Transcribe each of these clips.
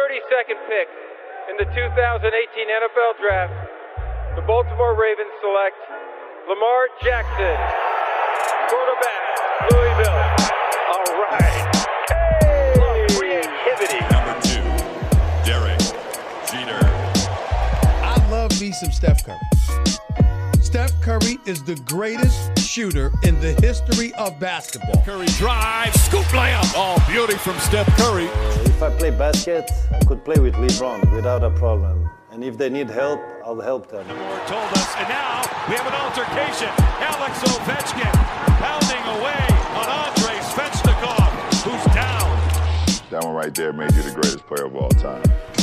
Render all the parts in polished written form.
32nd pick in the 2018 NFL Draft, the Baltimore Ravens select Lamar Jackson, quarterback, Louisville. All right. Hey! Creativity. Number 2, Derek Jeter. I love me some Steph Curry. Steph Curry is the greatest shooter in the history of basketball. Curry drive, scoop layup. Oh, beauty from Steph Curry. If I play basket, I could play with LeBron without a problem. And if they need help, I'll help them. Moore told us, and now we have an altercation. Alex Ovechkin pounding away on Andrei Svechnikov, who's down. That one right there made you the greatest player of all time.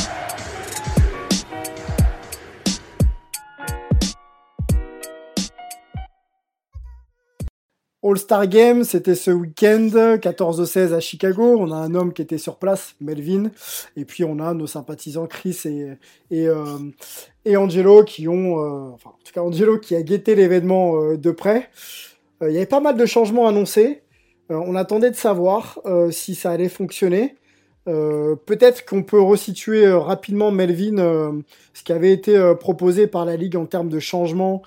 All-Star Game, c'était ce week-end, 14-16 à Chicago. On a un homme qui était sur place, Melvin, et puis on a nos sympathisants Chris et Angelo qui ont, en tout cas Angelo qui a guetté l'événement de près. Il y avait pas mal de changements annoncés. On attendait de savoir si ça allait fonctionner. Peut-être qu'on peut resituer rapidement, Melvin, ce qui avait été proposé par la Ligue en termes de changement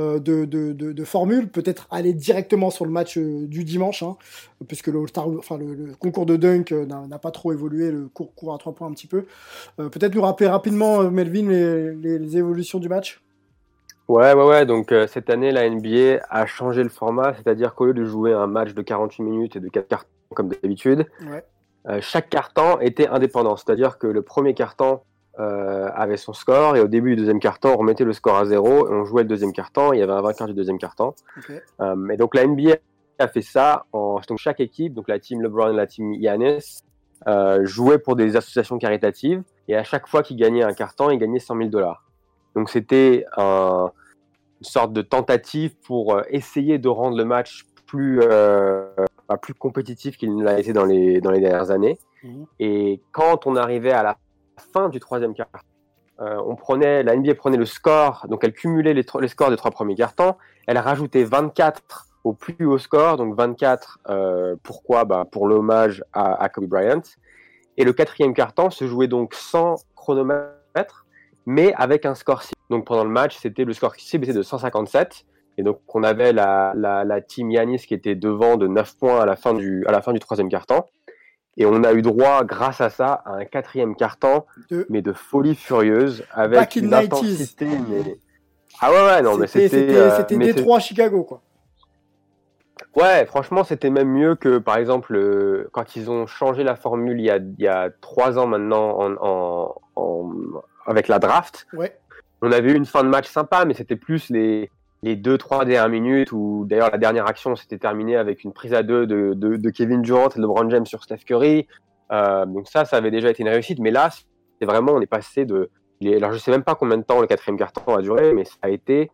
de formule, peut-être aller directement sur le match du dimanche, puisque le concours de dunk n'a pas trop évolué, le cours à 3 points un petit peu. Peut-être nous rappeler rapidement, Melvin, les évolutions du match. Ouais. Donc cette année, la NBA a changé le format, c'est-à-dire qu'au lieu de jouer un match de 48 minutes et de 4 cartons comme d'habitude, chaque carton était indépendant, c'est-à-dire que le premier carton avait son score, et au début du deuxième carton, on remettait le score à 0 et on jouait le deuxième carton. Il y avait un vainqueur du deuxième carton. Okay. Et donc la NBA a fait ça. Donc chaque équipe, donc la team LeBron et la team Giannis, jouaient pour des associations caritatives, et à chaque fois qu'ils gagnaient un carton, ils gagnaient $100,000. Donc c'était une sorte de tentative pour essayer de rendre le match plus compétitif qu'il ne l'a été dans les dernières années. Et quand on arrivait à la fin du troisième quart, la NBA prenait le score, donc elle cumulait les scores des 3 premiers cartons, elle rajoutait 24 au plus haut score, donc 24, pourquoi ? Pour l'hommage à Kobe Bryant, et le 4e carton se jouait donc sans chronomètre, mais avec un score cible. Donc pendant le match, le score cible était de 157, et donc on avait la team Giannis qui était devant de 9 points à la fin du 3e carton. Et on a eu droit, grâce à ça, à un 4e carton, mais de folie furieuse, avec une intensité. Mais... Ah ouais, non, mais c'était Détroit, Chicago, quoi. Ouais, franchement, c'était même mieux que, par exemple, quand ils ont changé la formule il y a 3 ans maintenant, avec la draft. Ouais. On avait eu une fin de match sympa, mais c'était plus les 2-3 dernières minutes, où d'ailleurs la dernière action s'était terminée avec une prise à 2 de Kevin Durant et de LeBron James sur Steph Curry. Donc ça avait déjà été une réussite, mais là, c'est vraiment, on est passé alors je sais même pas combien de temps le 4e carton a duré, mais ça a été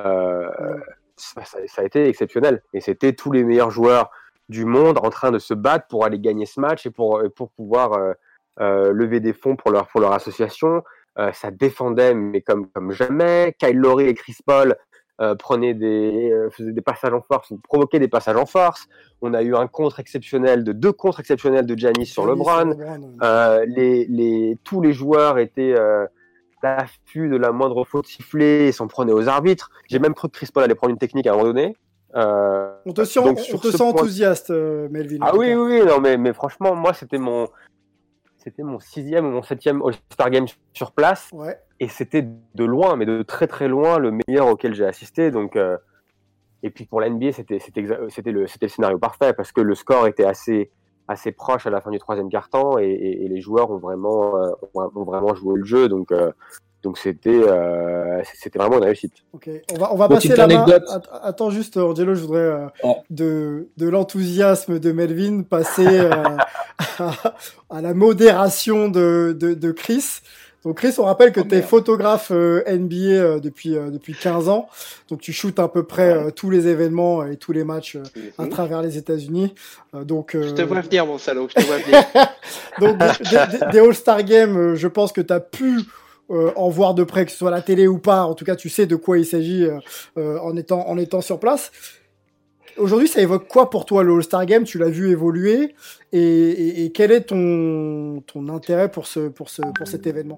exceptionnel. Et c'était tous les meilleurs joueurs du monde en train de se battre pour aller gagner ce match et pour pouvoir lever des fonds pour leur association. Ça défendait, mais comme jamais. Kyle Lowry et Chris Paul faisaient des passages en force, ou provoquaient des passages en force. On a eu deux contres exceptionnels de Giannis sur LeBron. Tous les joueurs étaient à l'affût de la moindre faute sifflée et s'en prenaient aux arbitres. J'ai même cru que Chris Paul allait prendre une technique à un moment donné. On te sent enthousiaste, Melvin. Ah oui, non, mais franchement, moi, c'était mon 6e ou mon 7e All-Star Game sur place. Ouais. Et c'était de loin, mais de très très loin, le meilleur auquel j'ai assisté. Donc, et puis pour la NBA, c'était le scénario parfait, parce que le score était assez proche à la fin du 3e quart-temps, et les joueurs ont vraiment joué le jeu. Donc c'était vraiment une réussite. Ok, on va passer la main. Attends juste, Angelo, je voudrais de l'enthousiasme de Melvin passer à la modération de Chris. Donc Chris, on rappelle que tu es photographe NBA depuis 15 ans. Donc tu shootes à peu près tous les événements et tous les matchs à travers les États-Unis. Je te vois venir, mon salaud, je te vois venir. Donc des All-Star Games, je pense que tu as pu en voir de près, que ce soit à la télé ou pas. En tout cas, tu sais de quoi il s'agit en étant sur place. Aujourd'hui, ça évoque quoi pour toi le All-Star Game? Tu l'as vu évoluer et quel est ton intérêt pour cet événement?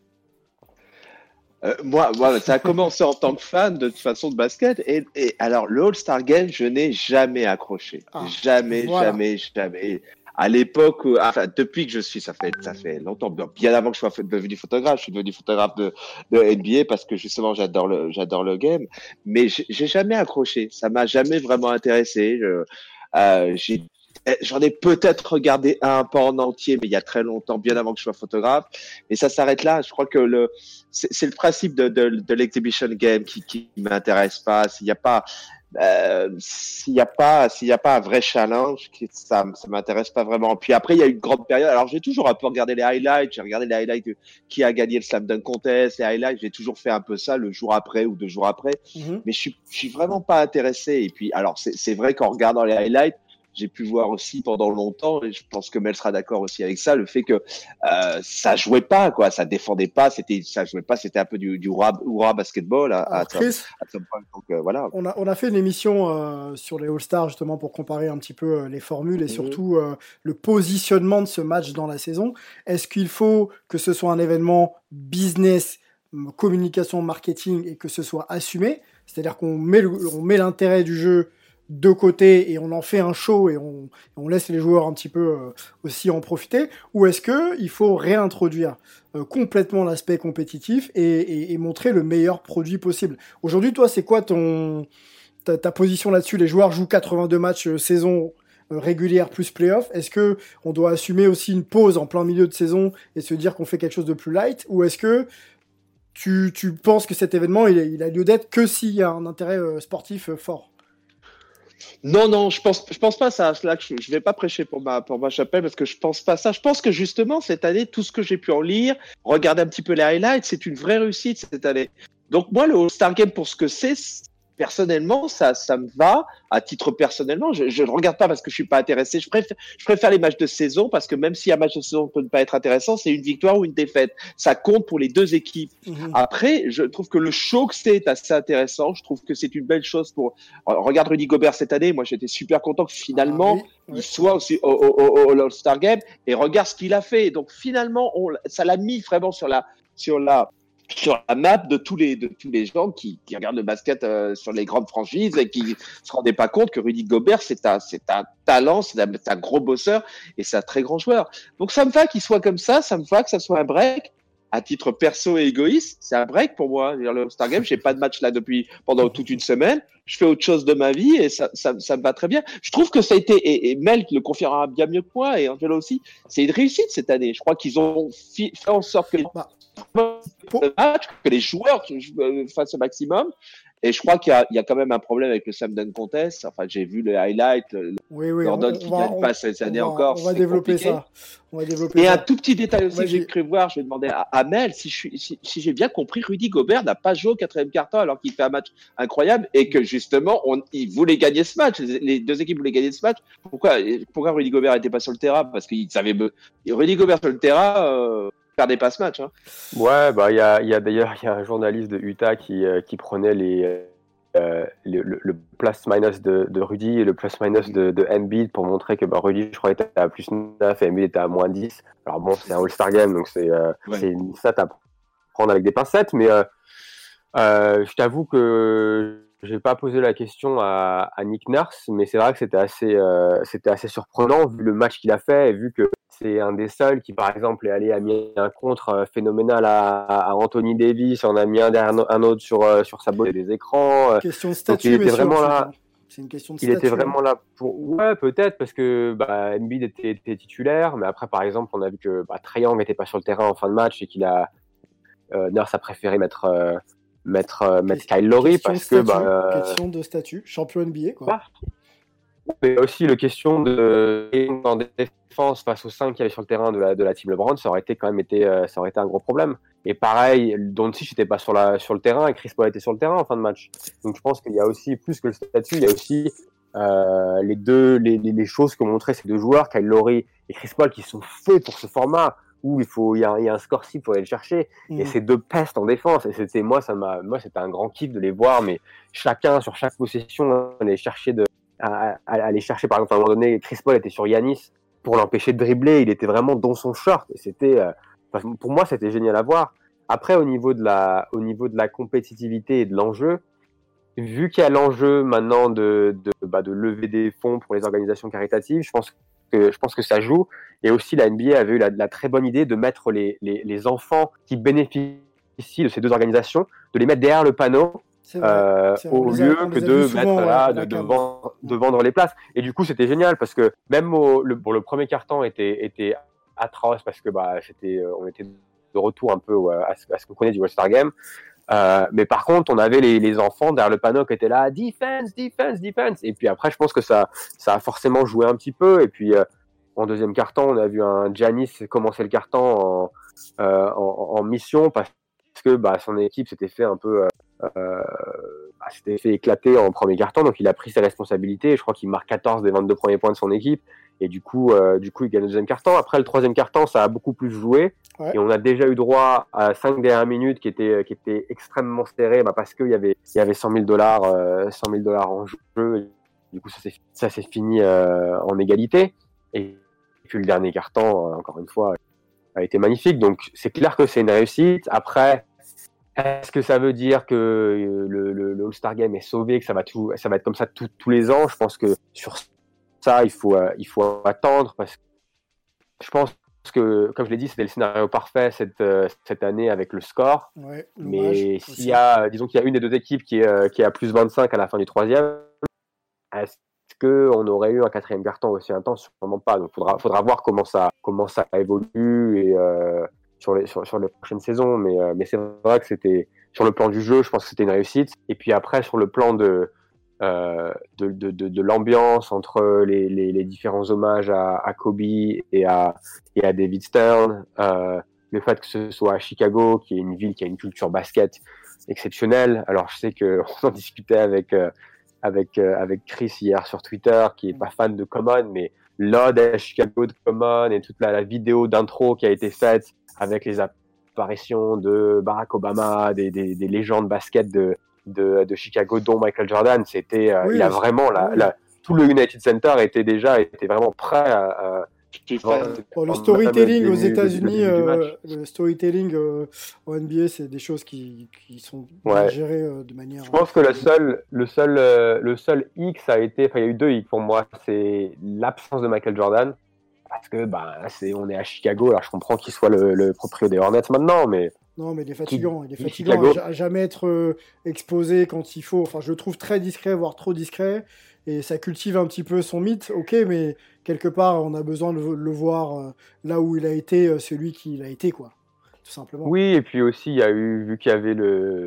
Moi, ça a commencé en tant que fan de toute façon de basket et alors le All-Star Game, je n'ai jamais accroché, jamais. À l'époque, depuis que ça fait longtemps, bien avant que je sois devenu photographe, je suis devenu photographe de NBA parce que justement j'adore le game, mais j'ai jamais accroché, ça m'a jamais vraiment intéressé. J'en ai peut-être regardé un pas en entier, mais il y a très longtemps, bien avant que je sois photographe. Et ça s'arrête là. Je crois que c'est le principe de l'exhibition game qui m'intéresse pas. S'il y a pas un vrai challenge, ça m'intéresse pas vraiment. Puis après, il y a une grande période. Alors, j'ai toujours un peu regardé les highlights. J'ai regardé les highlights de qui a gagné le Slam Dunk Contest, les highlights. J'ai toujours fait un peu ça le jour après ou 2 jours après. Mais je suis vraiment pas intéressé. Et puis, alors, c'est vrai qu'en regardant les highlights, j'ai pu voir aussi pendant longtemps, et je pense que Mel sera d'accord aussi avec ça, le fait que ça jouait pas, quoi, ça défendait pas, ça jouait pas, c'était un peu du hurrah basketball à some point. Donc voilà. On a fait une émission sur les All-Stars justement pour comparer un petit peu les formules et surtout le positionnement de ce match dans la saison. Est-ce qu'il faut que ce soit un événement business, communication, marketing et que ce soit assumé, c'est-à-dire qu'on met l'intérêt du jeu de côté et on en fait un show et on laisse les joueurs un petit peu aussi en profiter, ou est-ce que il faut réintroduire complètement l'aspect compétitif et montrer le meilleur produit possible? Aujourd'hui, toi, c'est quoi ta position là-dessus? Les joueurs jouent 82 matchs saison régulière plus playoff. Est-ce que on doit assumer aussi une pause en plein milieu de saison et se dire qu'on fait quelque chose de plus light, ou est-ce que tu penses que cet événement il a lieu d'être que s'il y a un intérêt sportif fort? Non, je pense pas ça. Là, je vais pas prêcher pour ma chapelle parce que je pense pas ça. Je pense que justement cette année, tout ce que j'ai pu en lire, regarder un petit peu les highlights, c'est une vraie réussite cette année. Donc moi, le All-Star Game pour ce que c'est, personnellement, ça me va. À titre personnellement, je ne regarde pas parce que je suis pas intéressé. Je préfère les matchs de saison parce que même si un match de saison peut ne pas être intéressant, c'est une victoire ou une défaite. Ça compte pour les deux équipes. Après, je trouve que le show que c'est assez intéressant. Je trouve que c'est une belle chose pour. Regarde Rudy Gobert cette année. Moi, j'étais super content que finalement il soit aussi au All-Star Game et regarde ce qu'il a fait. Donc finalement, ça l'a mis vraiment sur la map de tous les gens qui regardent le basket sur les grandes franchises et qui se rendaient pas compte que Rudy Gobert c'est un talent, c'est un gros bosseur et c'est un très grand joueur. Donc ça me va qu'il soit comme ça me va que ça soit un break. À titre perso et égoïste, c'est un break pour moi. Le All-Star Game, j'ai pas de match là pendant toute une semaine. Je fais autre chose de ma vie et ça me va très bien. Je trouve que ça a été, et Mel le confirmera bien mieux que moi et Angelo aussi, c'est une réussite cette année. Je crois qu'ils ont fait en sorte que les joueurs fassent au maximum. Et je crois qu'il y a quand même un problème avec le Slam Dunk Contest. Enfin, j'ai vu les highlights. Gordon qui gagne pas cette année encore. On va développer ça. Et un tout petit détail aussi que j'ai cru voir, je vais demander à Mel, si j'ai bien compris, Rudy Gobert n'a pas joué au 4e quart-temps alors qu'il fait un match incroyable et que justement, il voulait gagner ce match. Les deux équipes voulaient gagner ce match. Pourquoi Rudy Gobert n'était pas sur le terrain? Parce qu'il savait, Rudy Gobert sur le terrain, perdait pas ce match. Hein. Ouais, il y a d'ailleurs un journaliste de Utah qui prenait le plus-minus de Rudy et le plus-minus de Embiid pour montrer que Rudy, je crois, était à plus 9 et Embiid était à moins 10. Alors bon, c'est un All-Star Game, donc c'est une stat à prendre avec des pincettes, mais je t'avoue que j'ai pas posé la question à Nick Nurse, mais c'est vrai que c'était assez surprenant vu le match qu'il a fait et vu que c'est un des seuls qui, par exemple, a mis un contre phénoménal à Anthony Davis, en a mis un autre sur sa boîte des écrans. Question de statut, il était vraiment là. C'est une question de statut. Il était vraiment là pour. Ouais, peut-être parce que Embiid était titulaire, mais après, par exemple, on a vu que Trae Young n'était pas sur le terrain en fin de match et Nurse a préféré mettre Kyle Lowry parce que question de statut, champion NBA quoi. Mais aussi la question de en défense face aux 5 qui avaient sur le terrain de la team LeBron, ça aurait été un gros problème. Et pareil, Doncic n'était pas sur le terrain et Chris Paul était sur le terrain en fin de match. Donc je pense qu'il y a aussi plus que le statut, il y a aussi les choses que montraient ces deux joueurs, Kyle Lowry et Chris Paul, qui sont faits pour ce format où il y a un score cible pour aller le chercher. Et ces deux pestes en défense. Et c'était un grand kiff de les voir, mais chacun sur chaque possession aller chercher aller chercher, par exemple, à un moment donné, Chris Paul était sur Giannis pour l'empêcher de dribbler. Il était vraiment dans son short. Et c'était, pour moi, c'était génial à voir. Après, au niveau de la compétitivité et de l'enjeu, vu qu'il y a l'enjeu maintenant de lever des fonds pour les organisations caritatives, je pense que ça joue. Et aussi, la NBA avait eu la très bonne idée de mettre les enfants qui bénéficient de ces deux organisations, de les mettre derrière le panneau, au lieu que de mettre là, de vendre les places. Et du coup, c'était génial parce que même le premier quart-temps était atroce parce que on était de retour un peu à ce qu'on connaît du All-Star Game. Mais par contre, on avait les enfants derrière le panneau qui étaient là, defense. Et puis après, je pense que ça a forcément joué un petit peu. Et puis en deuxième quart-temps, on a vu un Giannis commencer le quart-temps en mission parce que son équipe s'était fait un peu s'était fait éclater en premier quart-temps. Donc il a pris ses responsabilités. Je crois qu'il marque 14 des 22 premiers points de son équipe. Et du coup, il gagne le deuxième quart-temps. Après, le troisième quart-temps, ça a beaucoup plus joué. Ouais. Et on a déjà eu droit à 5 dernières minutes qui étaient extrêmement serrées, parce qu'il y avait $100 000 en jeu. Et du coup, ça s'est fini en égalité. Et puis le dernier quart-temps, encore une fois, a été magnifique. Donc c'est clair que c'est une réussite. Après, est-ce que ça veut dire que le All-Star Game est sauvé, que ça va être comme ça tous les ans? Je pense que sur ça, il faut attendre parce que je pense que, comme je l'ai dit, c'était le scénario parfait cette année avec le score. Ouais, mais s'il y a, disons qu'il y a une des deux équipes qui est à plus 25 à la fin du troisième, est-ce qu'on aurait eu un quatrième quart-temps aussi intense? Sûrement pas. Donc, faudra voir comment ça évolue et sur les prochaines saisons. Mais c'est vrai que c'était, sur le plan du jeu, je pense que c'était une réussite. Et puis après, sur le plan de l'ambiance entre les différents hommages à Kobe et à David Stern, le fait que ce soit à Chicago, qui est une ville qui a une culture basket exceptionnelle. Alors je sais que on en discutait avec Chris hier sur Twitter, qui est pas fan de Common, mais l'ode à Chicago de Common et toute la vidéo d'intro qui a été faite avec les apparitions de Barack Obama, des légendes basket de Chicago, dont Michael Jordan, c'était il a vraiment tout le United Center était vraiment prêt à le storytelling aux États-Unis, le storytelling en NBA, c'est des choses qui sont gérées de manière. Je pense que le seul X a été, il y a eu deux X pour moi, c'est l'absence de Michael Jordan, parce que on est à Chicago, alors je comprends qu'il soit le propriétaire des Hornets maintenant, mais. Non, mais il est fatigant à jamais être exposé quand il faut. Enfin, je le trouve très discret, voire trop discret, et ça cultive un petit peu son mythe. Ok, mais quelque part, on a besoin de le voir là où il a été, celui qu'il a été, quoi, tout simplement. Oui, et puis aussi, il y a eu, vu qu'il y avait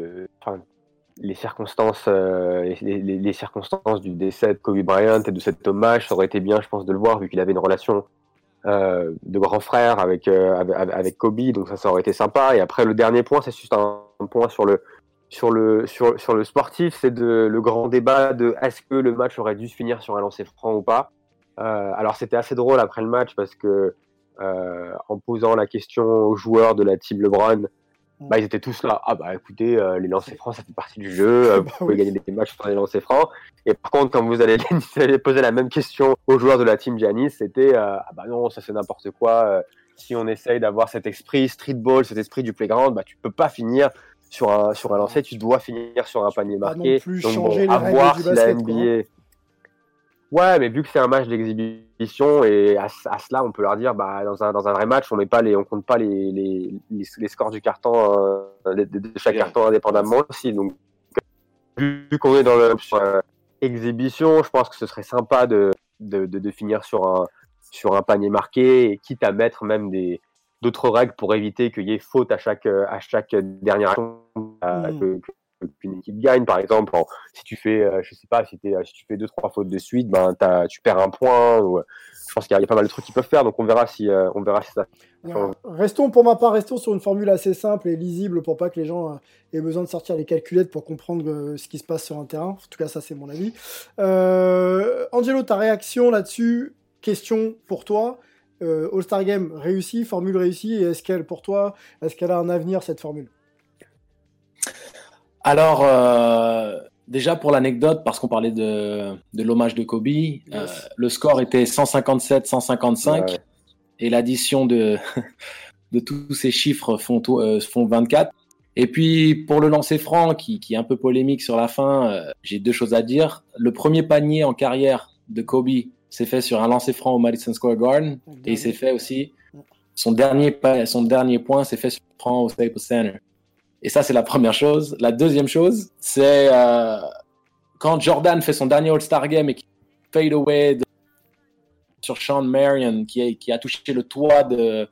les circonstances, les circonstances du décès de Kobe Bryant et de cet hommage, ça aurait été bien, je pense, de le voir, vu qu'il avait une relation de grand frère avec Kobe, donc ça aurait été sympa. Et après, le dernier point, c'est juste un point sur le sportif, c'est le grand débat de est-ce que le match aurait dû se finir sur un lancer franc ou pas. Alors c'était assez drôle après le match parce que en posant la question aux joueurs de la team LeBron, ils étaient tous là. Écoutez, les lancers francs, ça fait partie du jeu. Vous pouvez gagner des matchs sur les lancers francs. Et par contre, quand vous allez poser la même question aux joueurs de la team Giannis, c'était non, ça c'est n'importe quoi. Si on essaye d'avoir cet esprit streetball, cet esprit du playground, tu peux pas finir sur un lancer. Tu dois finir sur un panier marqué. Donc à voir si la NBA. Ouais, mais vu que c'est un match d'exhibition et à cela, on peut leur dire, dans un vrai match, on compte pas les scores du carton, de chaque carton indépendamment aussi. Donc, vu qu'on est dans le exhibition, je pense que ce serait sympa de finir sur un panier marqué, et quitte à mettre même d'autres règles pour éviter qu'il y ait faute à chaque dernière action, qu'une équipe gagne. Par exemple, si tu fais, si tu fais 2-3 fautes de suite, tu perds un point. Je pense qu'il y a pas mal de trucs qu'ils peuvent faire, donc on verra si ça. Restons sur une formule assez simple et lisible pour pas que les gens aient besoin de sortir les calculettes pour comprendre ce qui se passe sur un terrain. En tout cas, ça c'est mon avis. Angelo, ta réaction là-dessus? Question pour toi. All-Star Game réussi, formule réussie, et est-ce qu'elle a un avenir, cette formule? Alors, Déjà pour l'anecdote, parce qu'on parlait de l'hommage de Kobe, le score était 157-155 et l'addition de tous ces chiffres font 24. Et puis pour le lancer franc, qui est un peu polémique sur la fin, j'ai 2 choses à dire. Le premier panier en carrière de Kobe s'est fait sur un lancer franc au Madison Square Garden et il s'est fait aussi son dernier point s'est fait sur un franc au Staples Center. Et ça, c'est la première chose. La deuxième chose, c'est quand Jordan fait son dernier All-Star Game et qu'il fade away sur Sean Marion, qui a touché le toit de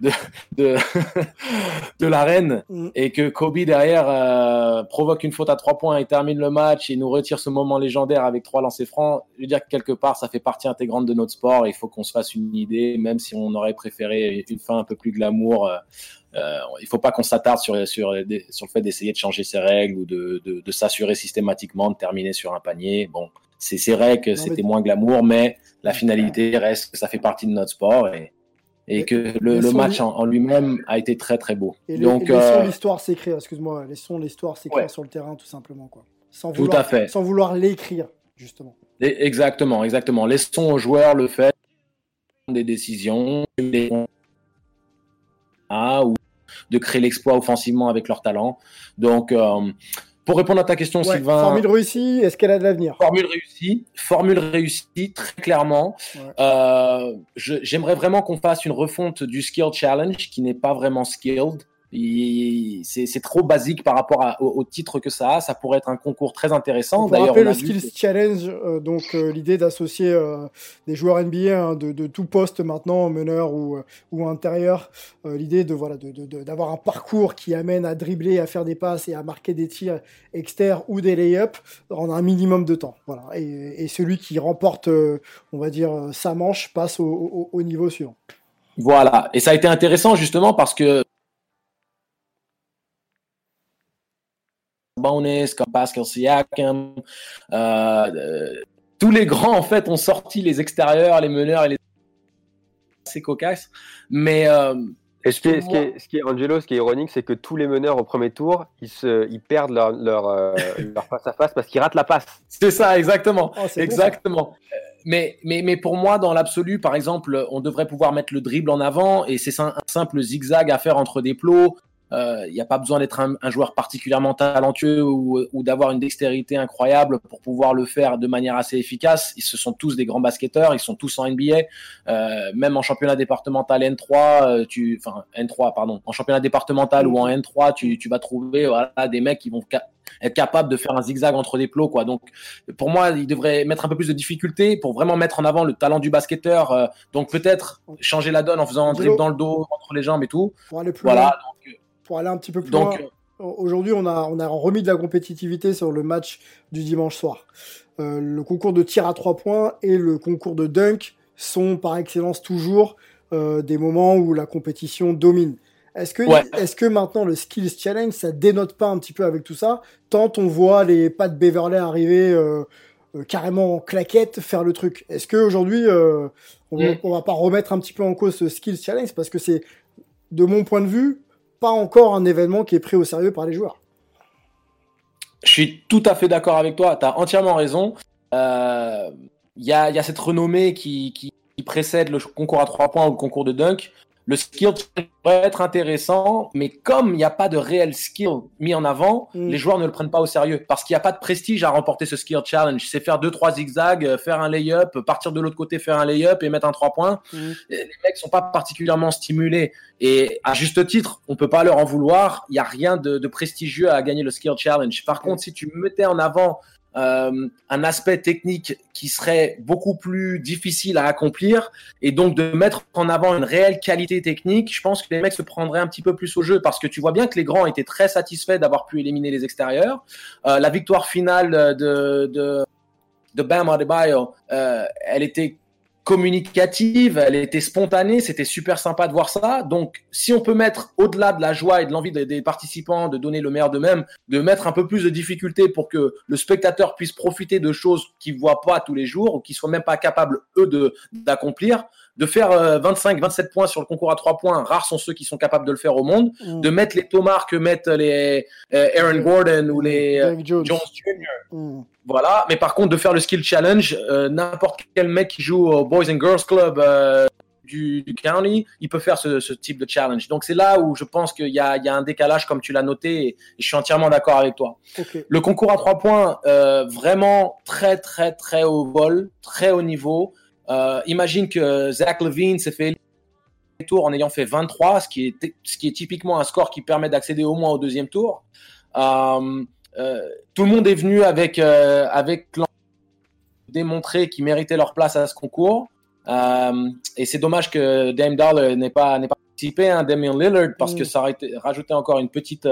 l'arène, et que Kobe, derrière, provoque une faute à 3 points et termine le match et nous retire ce moment légendaire avec 3 lancers francs. Je veux dire que quelque part, ça fait partie intégrante de notre sport et il faut qu'on se fasse une idée, même si on aurait préféré une fin un peu plus glamour. Il faut pas qu'on s'attarde sur le fait d'essayer de changer ses règles ou de s'assurer systématiquement de terminer sur un panier. Bon, c'est vrai que c'était moins glamour, mais la finalité reste que ça fait partie de notre sport et que le match en lui-même a été très très beau. Donc laissons l'histoire s'écrire, excuse-moi, laissons l'histoire s'écrire sur le terrain tout simplement, quoi. Sans vouloir l'écrire, justement. Exactement. Laissons aux joueurs le fait des décisions, ou de créer l'exploit offensivement avec leur talent. Donc, pour répondre à ta question, Sylvain... Formule réussie, est-ce qu'elle a de l'avenir ? Formule réussie, très clairement. Ouais. J'aimerais vraiment qu'on fasse une refonte du Skill Challenge, qui n'est pas vraiment skilled. C'est trop basique par rapport au titre que ça a. Ça pourrait être un concours très intéressant. Pour rappeler le Skills Challenge, l'idée d'associer des joueurs NBA de tout poste maintenant, meneur ou intérieur. L'idée d'avoir un parcours qui amène à dribbler, à faire des passes et à marquer des tirs externes ou des lay-ups en un minimum de temps. Voilà. Et celui qui remporte, on va dire, sa manche passe au niveau suivant. Voilà. Et ça a été intéressant justement parce que Bonus, comme Pascal Siakam, tous les grands en fait ont sorti les extérieurs, les meneurs et les assez cocasses. Mais ce qui est ironique, c'est que tous les meneurs au premier tour, ils perdent leur face à face parce qu'ils ratent la passe. C'est ça, exactement. Exactement. Mais pour moi, dans l'absolu, par exemple, on devrait pouvoir mettre le dribble en avant et c'est un simple zigzag à faire entre des plots. Il n'y a pas besoin d'être un joueur particulièrement talentueux ou d'avoir une dextérité incroyable pour pouvoir le faire de manière assez efficace. Ils sont tous des grands basketteurs, ils sont tous en NBA. Même en championnat départemental N3, en championnat départemental ou en N3, tu vas trouver des mecs qui vont être capables de faire un zigzag entre des plots, quoi. Donc, pour moi, ils devraient mettre un peu plus de difficulté pour vraiment mettre en avant le talent du basketteur. Donc, peut-être changer la donne en faisant un dribble dans le dos, entre les jambes et tout. Pour aller plus loin. Pour aller un petit peu plus loin, aujourd'hui, on a remis de la compétitivité sur le match du dimanche soir. Le concours de tir à 3 points et le concours de dunk sont par excellence toujours des moments où la compétition domine. Est-ce que maintenant le Skills Challenge, ça dénote pas un petit peu avec tout ça, tant on voit les Pat Beverley arriver carrément en claquette faire le truc? Est-ce qu'aujourd'hui, on va pas remettre un petit peu en cause ce Skills Challenge, parce que c'est, de mon point de vue, pas encore un événement qui est pris au sérieux par les joueurs. Je suis tout à fait d'accord avec toi, tu as entièrement raison. Il y a cette renommée qui précède le concours à 3 points ou le concours de dunk. Le skill pourrait être intéressant, mais comme il n'y a pas de réel skill mis en avant, les joueurs ne le prennent pas au sérieux, parce qu'il n'y a pas de prestige à remporter ce skill challenge. C'est faire 2-3 zigzags, faire un lay-up, partir de l'autre côté, faire un lay-up et mettre un 3 points. Les mecs sont pas particulièrement stimulés. Et à juste titre, on peut pas leur en vouloir. Il n'y a rien de prestigieux à gagner le skill challenge. Par contre, si tu mettais en avant un aspect technique qui serait beaucoup plus difficile à accomplir, et donc de mettre en avant une réelle qualité technique, je pense que les mecs se prendraient un petit peu plus au jeu, parce que tu vois bien que les grands étaient très satisfaits d'avoir pu éliminer les extérieurs. La victoire finale de Bam Adebayo, elle était communicative, elle était spontanée, c'était super sympa de voir ça. Donc, si on peut mettre, au-delà de la joie et de l'envie des participants de donner le meilleur d'eux-mêmes, de mettre un peu plus de difficulté pour que le spectateur puisse profiter de choses qu'ils ne voient pas tous les jours ou qu'ils ne soient même pas capables, eux, d'accomplir, de faire 25-27 points sur le concours à 3 points. Rares sont ceux qui sont capables de le faire au monde. De mettre les Thomas que mettent les Aaron Gordon ou les Jones Jr. Voilà. Mais par contre, de faire le skill challenge, n'importe quel mec qui joue au Boys and Girls Club du county, il peut faire ce type de challenge. Donc c'est là où je pense qu'il y a un décalage, comme tu l'as noté, et je suis entièrement d'accord avec toi. Okay. Le concours à 3 points, vraiment très très très haut vol, très haut niveau. Imagine que Zach LaVine s'est fait le tour en ayant fait 23, ce qui est typiquement un score qui permet d'accéder au moins au deuxième tour. Tout le monde est venu avec démontrer qu'ils méritaient leur place à ce concours. Et c'est dommage que Dame Dollar n'ait pas participé, hein, Damian Lillard, parce que ça aurait rajouté encore une petite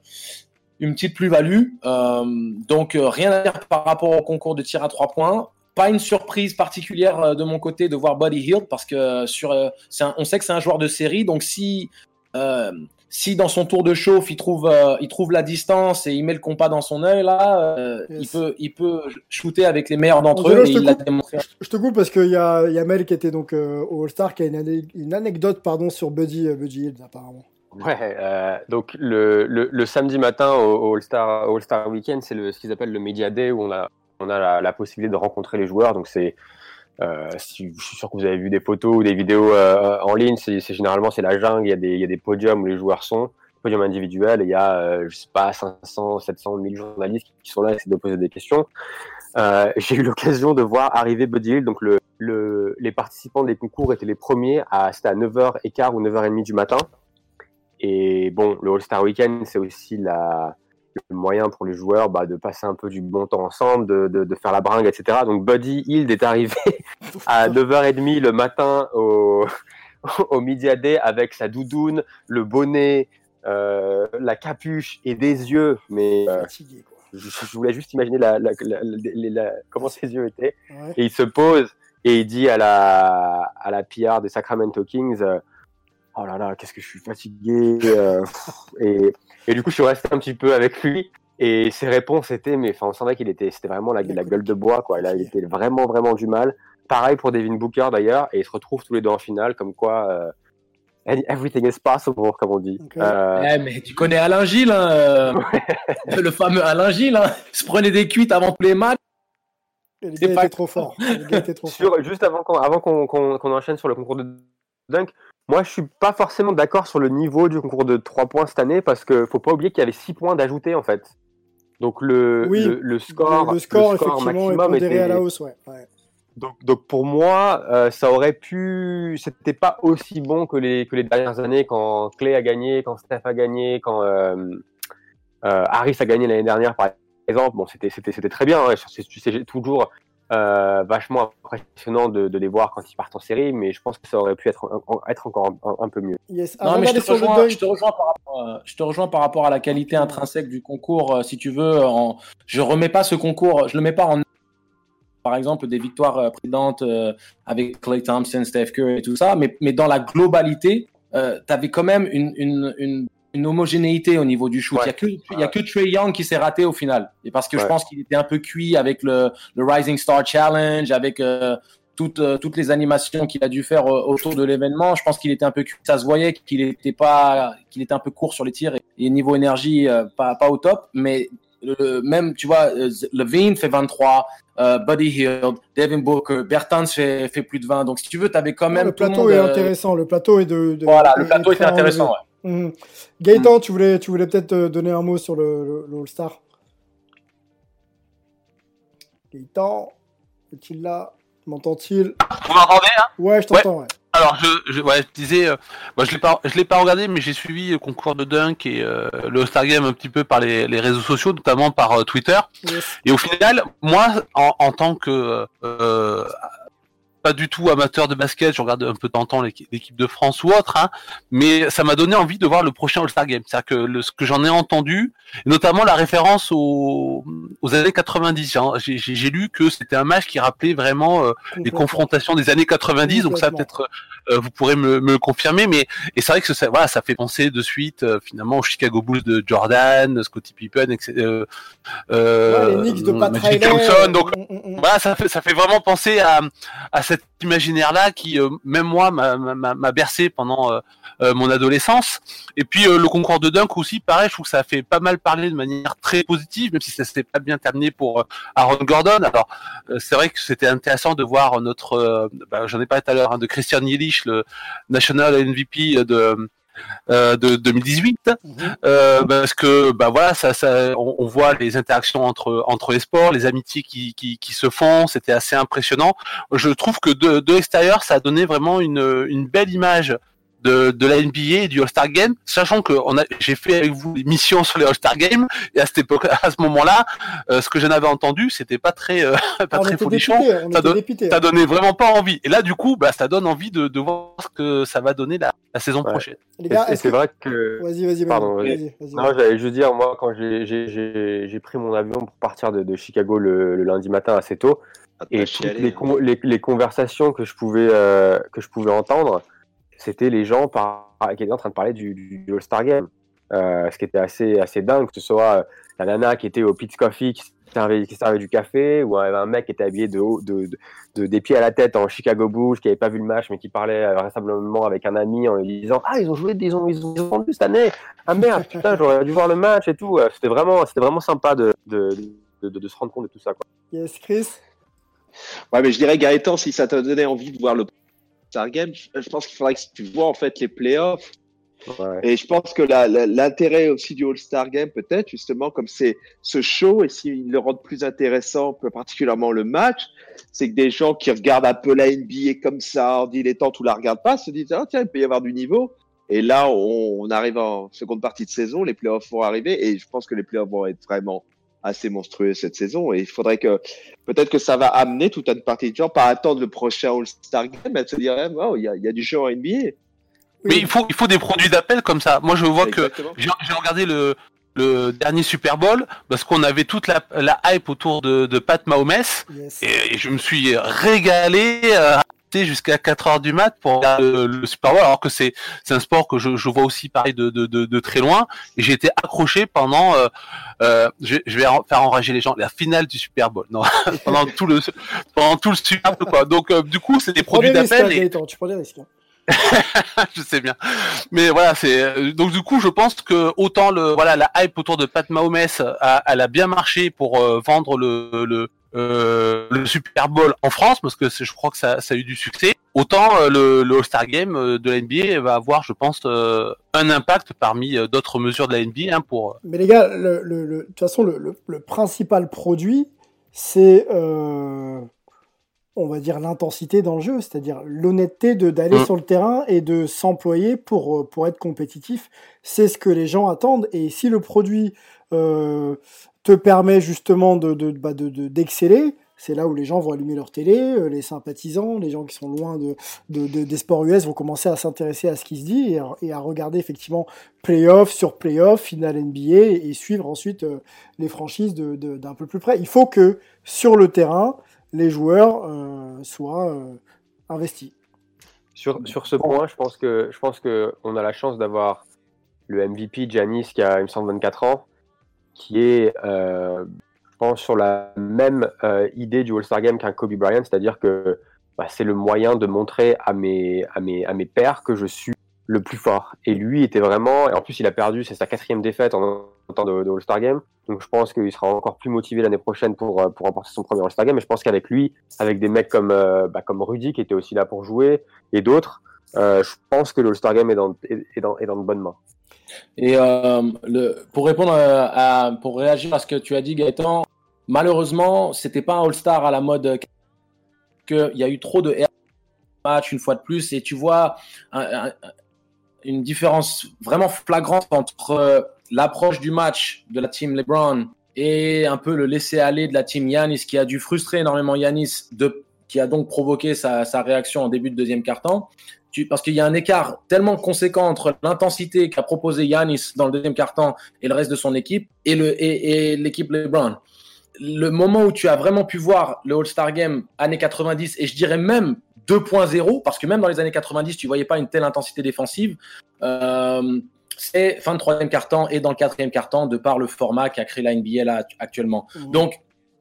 plus-value. Donc rien à dire par rapport au concours de tir à 3 points. Pas une surprise particulière de mon côté de voir Buddy Hield, parce que on sait que c'est un joueur de série, donc si dans son tour de chauffe il trouve la distance et il met le compas dans son œil là, il peut shooter avec les meilleurs d'entre eux, et il l'a démontré. Je te coupe parce qu'il y a Mel qui était donc au All-Star, qui a une anecdote sur Buddy Hield apparemment. Ouais, donc le samedi matin au All-Star Weekend, c'est ce qu'ils appellent le Media Day, où on a la possibilité de rencontrer les joueurs. Donc je suis sûr que vous avez vu des photos ou des vidéos en ligne. C'est généralement c'est la jungle. Il y a des podiums où les joueurs sont, podiums individuels, et il y a je sais pas 500, 700, 1000 journalistes qui sont là et essaient de poser des questions. J'ai eu l'occasion de voir arriver Buddy Hield. Donc les participants des concours étaient les premiers c'était à 9h15 ou 9h30 du matin. Et bon, le All-Star Weekend, c'est aussi le moyen pour les joueurs de passer un peu du bon temps ensemble, de faire la bringue, etc. Donc Buddy Hield est arrivé à 9h30 le matin au Media Day avec sa doudoune, le bonnet, la capuche et des yeux. Mais je voulais juste imaginer comment ses yeux étaient. Ouais. Et il se pose et il dit à la PR des Sacramento Kings oh là là, qu'est-ce que je suis fatigué. Et du coup, je suis resté un petit peu avec lui. Et ses réponses étaient, on sentait c'était vraiment la gueule de bois, quoi. Il était vraiment, vraiment du mal. Pareil pour Devin Booker, d'ailleurs. Et ils se retrouvent tous les deux en finale, comme quoi, everything is possible, comme on dit. Okay. Mais tu connais Alain Gilles, hein, le fameux Alain Gilles, hein. Il se prenait des cuites avant tous les matchs. Et le gars était trop fort. Juste avant qu'on enchaîne sur le concours de dunk, moi, je suis pas forcément d'accord sur le niveau du concours de 3 points cette année, parce que faut pas oublier qu'il y avait 6 points d'ajoutés, en fait. Donc le score maximum était à la hausse, ouais. Donc pour moi, ça aurait pu. C'était pas aussi bon que les dernières années, quand Clay a gagné, quand Steph a gagné, quand Harris a gagné l'année dernière, par exemple. Bon, c'était très bien. Hein. C'est toujours vachement impressionnant de les voir quand ils partent en série, mais je pense que ça aurait pu être encore un peu mieux. Yes. Non, mais je te rejoins par rapport à la qualité intrinsèque du concours. Si tu veux, je remets pas ce concours, je le mets pas en par exemple des victoires précédentes avec Klay Thompson, Steph Curry et tout ça, mais dans la globalité, t'avais quand même une homogénéité au niveau du shoot. Ouais. Il y a que Trae Young qui s'est raté au final. Et parce que je pense qu'il était un peu cuit avec le Rising Star Challenge, avec toutes les animations qu'il a dû faire autour de l'événement. Je pense qu'il était un peu cuit. Ça se voyait qu'il était un peu court sur les tirs et niveau énergie pas au top. Mais même, tu vois, LaVine fait 23, Buddy Hield, Devin Booker, Bertans fait plus de 20. Donc si tu veux, t'avais quand même le plateau est intéressant. Le plateau est voilà, le plateau était intéressant, ouais. Gaëtan, tu voulais peut-être donner un mot sur le All-Star. Gaëtan, est-il là? M'entend-il? Vous m'entendez, hein? Ouais, je t'entends, ouais. Alors, je disais, moi je l'ai pas regardé, mais j'ai suivi le concours de dunk et le All-Star Game un petit peu par les réseaux sociaux, notamment par Twitter. Yes. Et au final, moi, en tant que pas du tout amateur de basket, je regarde un peu de temps en temps l'équipe de France ou autre, hein, mais ça m'a donné envie de voir le prochain All-Star Game. C'est-à-dire que ce que j'en ai entendu, notamment la référence aux années 90, hein, j'ai lu que c'était un match qui rappelait vraiment les confrontations des années 90, donc ça peut-être vous pourrez me confirmer, et c'est vrai que ça fait penser de suite finalement aux Chicago Bulls de Jordan, Scottie Pippen, etc. Les Knicks de Pat Riley, Johnson, donc voilà, ça fait vraiment penser à cet imaginaire-là qui, même moi, m'a bercé pendant mon adolescence. Et puis le concours de dunk aussi, pareil, je trouve que ça a fait pas mal parler de manière très positive, même si ça s'est pas bien terminé pour Aaron Gordon. Alors c'est vrai que c'était intéressant de voir notre, j'en ai parlé tout à l'heure, de Christian Yelich, le National MVP de 2018, parce que voilà, on voit les interactions entre les sports, les amitiés qui se font, c'était assez impressionnant. Je trouve que de l'extérieur, ça a donné vraiment une belle image de la NBA et du All-Star Game, sachant que j'ai fait avec vous des missions sur les All-Star Games, et à ce moment-là, ce que j'en avais entendu, c'était pas très folichon. Ça donnait vraiment pas envie. Et là, du coup, ça donne envie de voir ce que ça va donner la saison prochaine. Les gars, c'est vrai que. Vas-y. Non, j'allais juste dire, moi, quand j'ai pris mon avion pour partir de Chicago le lundi matin assez tôt, et toutes les conversations que je pouvais entendre, c'était les gens qui étaient en train de parler du All-Star Game. Ce qui était assez dingue, que ce soit la nana qui était au Peet's Coffee qui servait du café, ou un mec qui était habillé des pieds à la tête en Chicago Bulls, qui n'avait pas vu le match, mais qui parlait vraisemblement avec un ami en lui disant « Ah, ils ont vendu cette année. Ah merde, putain, j'aurais dû voir le match et tout. » C'était vraiment sympa de se rendre compte de tout ça, quoi. Yes, Chris. Ouais, mais je dirais, Gaëtan, si ça t'a donné envie de voir le All-Star Game, je pense qu'il faudrait que tu vois en fait les playoffs. Ouais. Et je pense que l'intérêt aussi du All-Star Game, peut-être, justement, comme c'est ce show, et s'ils le rendent plus intéressant, particulièrement le match, c'est que des gens qui regardent un peu la NBA comme ça, en dilettante ou la regardent pas, se disent, ah, tiens, il peut y avoir du niveau. Et là, on arrive en seconde partie de saison, les playoffs vont arriver, et je pense que les playoffs vont être vraiment assez monstrueux cette saison. Et il faudrait peut-être que ça va amener toute une partie de gens, pas attendre le prochain All-Star Game, et se dire, oh, il y a du jeu en NBA. Mais il faut des produits d'appel comme ça. Moi, je vois exactement. Que j'ai regardé le dernier Super Bowl parce qu'on avait toute la hype autour de Pat Mahomes, yes. Et je me suis régalé jusqu'à 4h du mat pour regarder le Super Bowl, alors que c'est un sport que je vois aussi pareil de très loin, et j'ai été accroché pendant je vais faire enrager les gens, la finale du Super Bowl. Non, pendant tout le Super Bowl, quoi. Donc du coup, c'est des produits d'appel. Tu prends des risques. Je sais bien, mais voilà, c'est donc du coup je pense que autant la hype autour de Pat Mahomes elle a bien marché pour vendre le Super Bowl en France, parce que je crois que ça a eu du succès, autant le All-Star Game de la NBA va avoir, je pense, un impact parmi d'autres mesures de la NBA pour. Mais les gars, de toute façon le principal produit c'est on va dire l'intensité dans le jeu, c'est-à-dire l'honnêteté d'aller sur le terrain et de s'employer pour être compétitif. C'est ce que les gens attendent, et si le produit te permet justement d'exceller, c'est là où les gens vont allumer leur télé, les sympathisants, les gens qui sont loin des sports US vont commencer à s'intéresser à ce qui se dit et à regarder effectivement playoff sur playoff, finale NBA, et suivre ensuite les franchises d'un peu plus près. Il faut que sur le terrain, les joueurs soient investis. Sur ce point, je pense que on a la chance d'avoir le MVP Giannis qui a, il me semble, 24 ans, qui est, je pense, sur la même idée du All-Star Game qu'un Kobe Bryant, c'est-à-dire que c'est le moyen de montrer à mes pairs que je suis le plus fort. Et lui était vraiment, et en plus il a perdu, c'est sa 4e défaite en temps de All-Star Game, donc je pense qu'il sera encore plus motivé l'année prochaine pour remporter son premier All-Star Game. Et je pense qu'avec lui, avec des mecs comme Rudy qui était aussi là pour jouer, et d'autres, je pense que le All-Star Game est dans de bonnes mains. Et pour répondre pour réagir à ce que tu as dit, Gaëtan, malheureusement c'était pas un All-Star à la mode, qu'il y a eu trop de match une fois de plus, et tu vois une différence vraiment flagrante entre l'approche du match de la team LeBron et un peu le laisser-aller de la team Giannis, qui a dû frustrer énormément Giannis, qui a donc provoqué sa réaction en début de deuxième quart-temps. Parce qu'il y a un écart tellement conséquent entre l'intensité qu'a proposé Giannis dans le deuxième quart-temps et le reste de son équipe et l'équipe LeBron. Le moment où tu as vraiment pu voir le All-Star Game années 90, et je dirais même 2.0, parce que même dans les années 90, tu voyais pas une telle intensité défensive, c'est fin de troisième quart-temps et dans le quatrième quart-temps, de par le format qu'a créé la NBA là actuellement. Donc,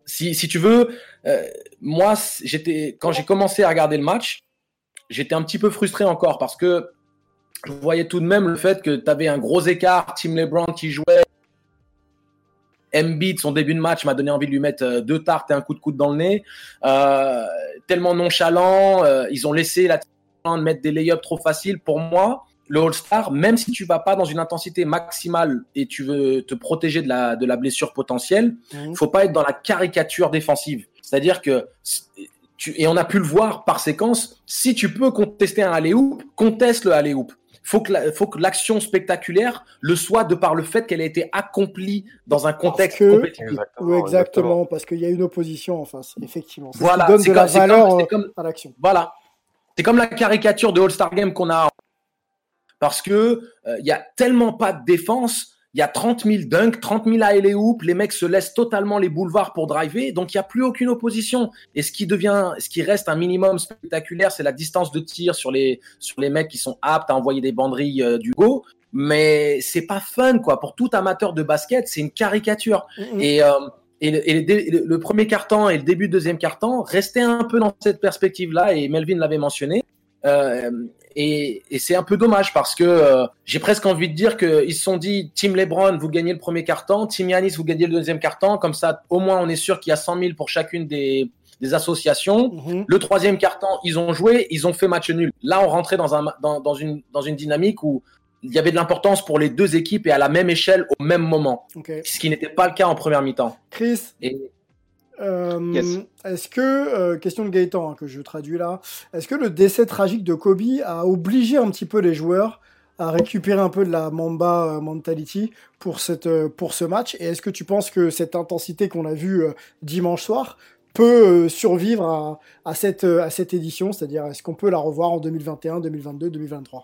si tu veux, moi, quand j'ai commencé à regarder le match, j'étais un petit peu frustré encore parce que je voyais tout de même le fait que tu avais un gros écart. Team LeBron qui jouait. Embiid, son début de match m'a donné envie de lui mettre 2 tartes et un coup de coude dans le nez. Tellement nonchalant. Ils ont laissé la team mettre des lay-ups trop faciles. Pour moi, le All-Star, même si tu vas pas dans une intensité maximale et tu veux te protéger de la blessure potentielle, faut pas être dans la caricature défensive. C'est-à-dire que et on a pu le voir par séquence, si tu peux contester un alley-oop, conteste le alley-oop. Faut que l'action spectaculaire le soit de par le fait qu'elle a été accomplie dans un contexte compétitif. Exactement, parce qu'il y a une opposition en face, effectivement. C'est voilà, ce qui donne de la valeur à l'action. Voilà. C'est comme la caricature de All-Star Game qu'on a. Parce que il y a tellement pas de défense, il y a 30 000 dunks, 30 000 alley-oop, les mecs se laissent totalement les boulevards pour driver, donc il n'y a plus aucune opposition. Et ce qui reste un minimum spectaculaire, c'est la distance de tir sur les mecs qui sont aptes à envoyer des banderilles du go. Mais c'est pas fun, quoi. Pour tout amateur de basket, c'est une caricature. Et le premier quart-temps et le début du deuxième quart-temps restaient un peu dans cette perspective-là, et Melvin l'avait mentionné. Et c'est un peu dommage parce que j'ai presque envie de dire qu'ils se sont dit Team LeBron, vous gagnez le premier quart-temps, Team Giannis, vous gagnez le deuxième quart-temps, comme ça au moins on est sûr qu'il y a 100 000 pour chacune des associations. Le troisième quart-temps, ils ont joué, ils ont fait match nul. Là, on rentrait dans une dynamique où il y avait de l'importance pour les deux équipes et à la même échelle au même moment, ce qui n'était pas le cas en première mi-temps. Chris, est-ce que, question de Gaëtan, que je traduis là, est-ce que le décès tragique de Kobe a obligé un petit peu les joueurs à récupérer un peu de la Mamba mentality pour ce match, et est-ce que tu penses que cette intensité qu'on a vue dimanche soir peut survivre à cette édition, c'est-à-dire est-ce qu'on peut la revoir en 2021, 2022, 2023?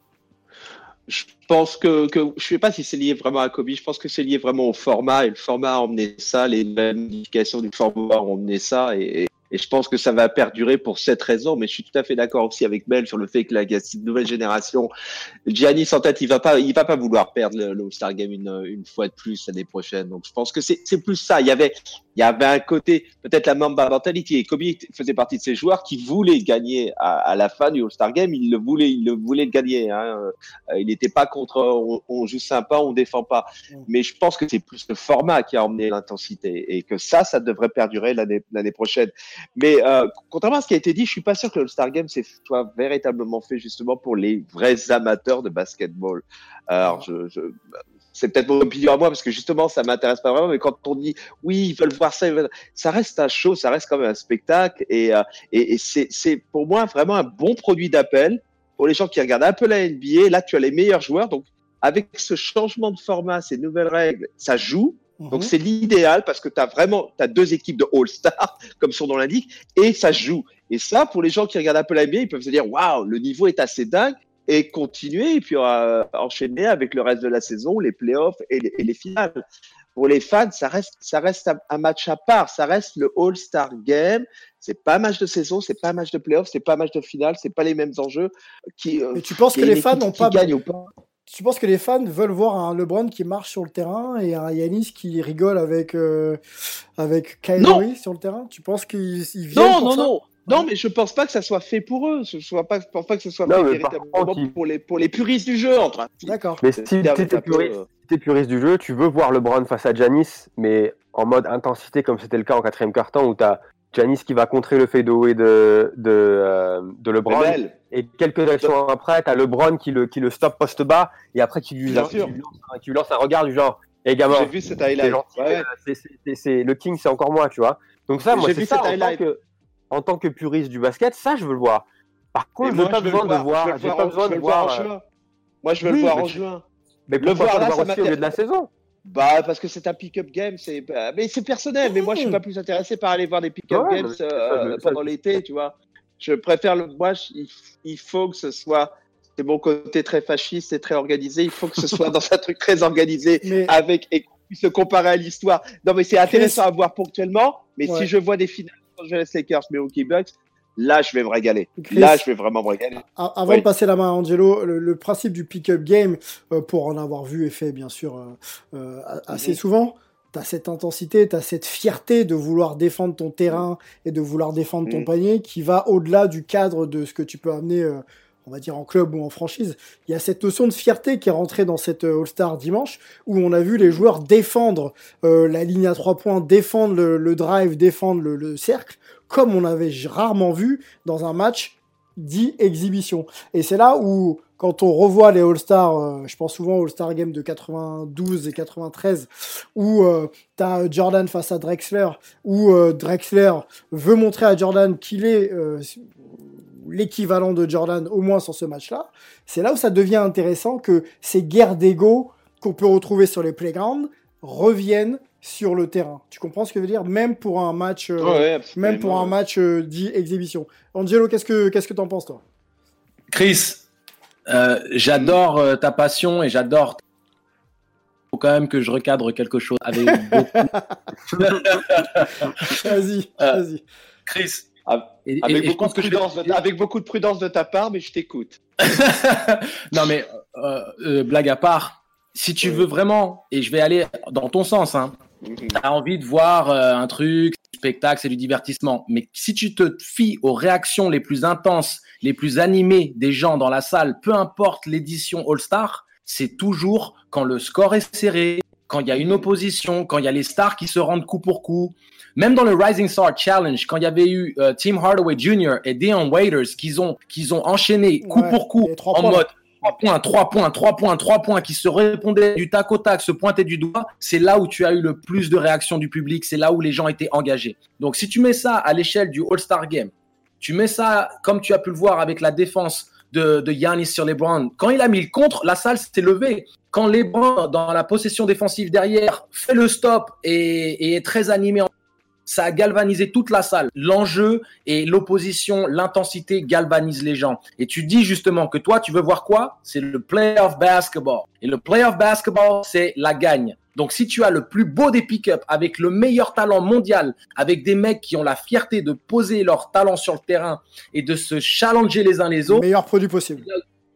Je pense que je sais pas si c'est lié vraiment à Kobe. Je pense que c'est lié vraiment au format, et le format a emmené ça, les modifications du format ont emmené ça, et je pense que ça va perdurer pour cette raison. Mais je suis tout à fait d'accord aussi avec Mel sur le fait que cette nouvelle génération, Giannis en tête, il va pas vouloir perdre le All-Star Game une fois de plus l'année prochaine. Donc je pense que c'est plus ça. Il y avait un côté, peut-être la Mamba mentality, et Kobe faisait partie de ces joueurs qui voulaient gagner à la fin du All-Star Game. Il le voulait gagner, hein. Il n'était pas contre on joue sympa, on défend pas. Mais je pense que c'est plus le format qui a emmené l'intensité, et que ça devrait perdurer l'année prochaine. Mais contrairement à ce qui a été dit, je suis pas sûr que le All-Star Game soit véritablement fait justement pour les vrais amateurs de basketball. Alors c'est peut-être mon opinion à moi, parce que justement ça m'intéresse pas vraiment, mais quand on dit oui, ils veulent voir ça, ça reste un show, ça reste quand même un spectacle, et c'est pour moi vraiment un bon produit d'appel pour les gens qui regardent un peu la NBA. Là tu as les meilleurs joueurs, donc avec ce changement de format, ces nouvelles règles, ça joue. Donc c'est l'idéal, parce que tu as deux équipes de All-Star, comme son nom l'indique, et ça joue. Et ça, pour les gens qui regardent un peu la NBA, ils peuvent se dire waouh, le niveau est assez dingue, et continuer, et puis enchaîner avec le reste de la saison, les playoffs et les finales. Pour les fans, ça reste un match à part, ça reste le All-Star Game. C'est pas un match de saison, c'est pas un match de playoffs, c'est pas un match de finale, c'est pas les mêmes enjeux. Mais tu penses que les fans n'ont pas gagnent ou pas? Tu penses que les fans veulent voir un LeBron qui marche sur le terrain et un Giannis qui rigole avec Kyrie sur le terrain? Tu penses qu'ils viennent pour ça? Non, mais je pense pas que ça soit fait pour eux. Je pense pas que ce soit fait véritablement pour les puristes du jeu. D'accord. Mais si t'es puriste du jeu, tu veux voir LeBron face à Giannis, mais en mode intensité, comme c'était le cas en quatrième quart-temps, où t'as Giannis qui va contrer le fadeaway de LeBron, et quelques actions après, t'as LeBron qui le stoppe poste bas, et après qui lui lance un regard du genre, hey gamin, j'ai vu cet highlight. C'est le king, c'est encore moi, tu vois. Donc ça, moi, c'est ça en tant que puriste du basket, ça je veux le voir. Par contre, j'ai pas besoin de voir. Moi, je veux le voir en juin. Mais pourquoi pas le voir aussi au lieu de la saison? Bah, parce que c'est un pick-up game, mais c'est personnel. Mais moi, je suis pas plus intéressé par aller voir des pick-up games pendant l'été, tu vois. Je préfère il faut que ce soit, c'est mon côté très fasciste et très organisé. Il faut que ce soit dans un truc très organisé, et qu'on puisse se comparer à l'histoire. Non, mais c'est intéressant à voir ponctuellement. Mais si je vois des finales Los Angeles Lakers, Milwaukee Bucks, là, je vais me régaler. Là, je vais vraiment me régaler. Avant de passer la main à Angelo, le principe du pick-up game, pour en avoir vu et fait, bien sûr, assez souvent, t'as cette intensité, t'as cette fierté de vouloir défendre ton terrain et de vouloir défendre ton panier qui va au-delà du cadre de ce que tu peux amener, on va dire en club ou en franchise. Il y a cette notion de fierté qui est rentrée dans cette All-Star dimanche, où on a vu les joueurs défendre la ligne à 3 points, défendre le drive, défendre le cercle, comme on avait rarement vu dans un match dit exhibition. Et c'est là où, quand on revoit les All-Stars, je pense souvent aux All-Star Game de 92 et 93, où t'as Jordan face à Drexler, où Drexler veut montrer à Jordan qu'il est l'équivalent de Jordan, au moins sur ce match-là. C'est là où ça devient intéressant que ces guerres d'ego qu'on peut retrouver sur les playgrounds reviennent sur le terrain. Tu comprends ce que je veux dire? Même pour un match, dit exhibition. Angelo, qu'est-ce que t'en penses, toi? Chris, j'adore ta passion et j'adore. Faut quand même que je recadre quelque chose avec beaucoup. Vas-y. Chris. Avec beaucoup de prudence de ta part, mais je t'écoute. Non, mais blague à part, si tu veux vraiment, et je vais aller dans ton sens, hein, t'as envie de voir un truc, du spectacle, c'est du divertissement. Mais si tu te fies aux réactions les plus intenses, les plus animées des gens dans la salle, peu importe l'édition All-Star, c'est toujours quand le score est serré, quand il y a une opposition, quand il y a les stars qui se rendent coup pour coup. Même dans le Rising Star Challenge, quand il y avait eu Tim Hardaway Jr. et Dion Waiters qu'ils ont enchaîné coup pour coup en mode 3 points, qui se répondaient du tac au tac, se pointaient du doigt, c'est là où tu as eu le plus de réactions du public, c'est là où les gens étaient engagés. Donc si tu mets ça à l'échelle du All-Star Game, tu mets ça comme tu as pu le voir avec la défense de Giannis sur LeBron, quand il a mis le contre, la salle s'est levée. Quand LeBron, dans la possession défensive derrière, fait le stop et est très animé, ça a galvanisé toute la salle. L'enjeu et l'opposition, l'intensité galvanisent les gens. Et tu dis justement que toi, tu veux voir quoi? C'est le playoff basketball. Et le playoff basketball, c'est la gagne. Donc, si tu as le plus beau des pick-up avec le meilleur talent mondial, avec des mecs qui ont la fierté de poser leur talent sur le terrain et de se challenger les uns les autres. Le meilleur produit possible.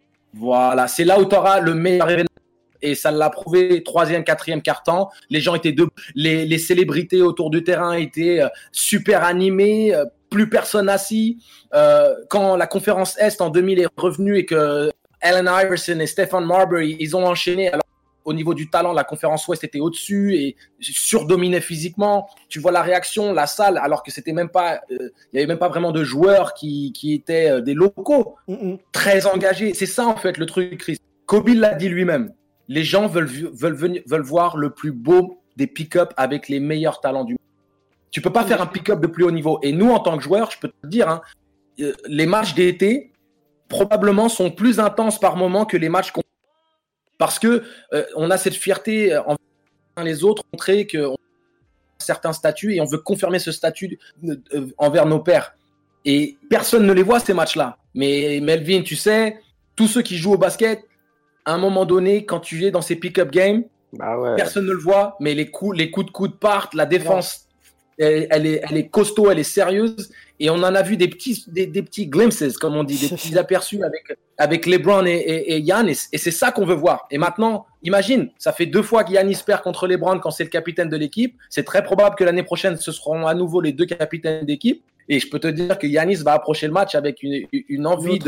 Voilà, c'est là où tu auras le meilleur événement. Et ça l'a prouvé, 3e, 4e quart-temps. Les gens étaient debout. Les célébrités autour du terrain étaient super animées. Plus personne assis. Quand la conférence Est en 2000 est revenue et que Allen Iverson et Stephon Marbury, ils ont enchaîné. Alors, au niveau du talent, la conférence Ouest était au-dessus et surdominait physiquement. Tu vois la réaction, la salle, alors que c'était même pas, il y avait même pas vraiment de joueurs qui étaient des locaux, très engagés. C'est ça, en fait, le truc, Chris. Kobe l'a dit lui-même. Les gens veulent voir le plus beau des pick-up avec les meilleurs talents du monde. Tu peux pas faire un pick-up de plus haut niveau. Et nous, en tant que joueurs, je peux te dire, hein, les matchs d'été, probablement, sont plus intenses par moment que les matchs parce que on a cette fierté envers les autres, montrer qu'on a un certain statut et on veut confirmer ce statut envers nos pairs. Et personne ne les voit, ces matchs-là. Mais Melvin, tu sais, tous ceux qui jouent au basket, à un moment donné, quand tu es dans ces pick-up games, personne ne le voit, mais les coups de coude partent, la défense, elle est costaud, elle est sérieuse, et on en a vu des petits glimpses, comme on dit, des petits aperçus avec LeBron et Giannis, et c'est ça qu'on veut voir. Et maintenant, imagine, ça fait 2 fois que Giannis perd contre LeBron quand c'est le capitaine de l'équipe, c'est très probable que l'année prochaine, ce seront à nouveau les 2 capitaines d'équipe, et je peux te dire que Giannis va approcher le match avec une envie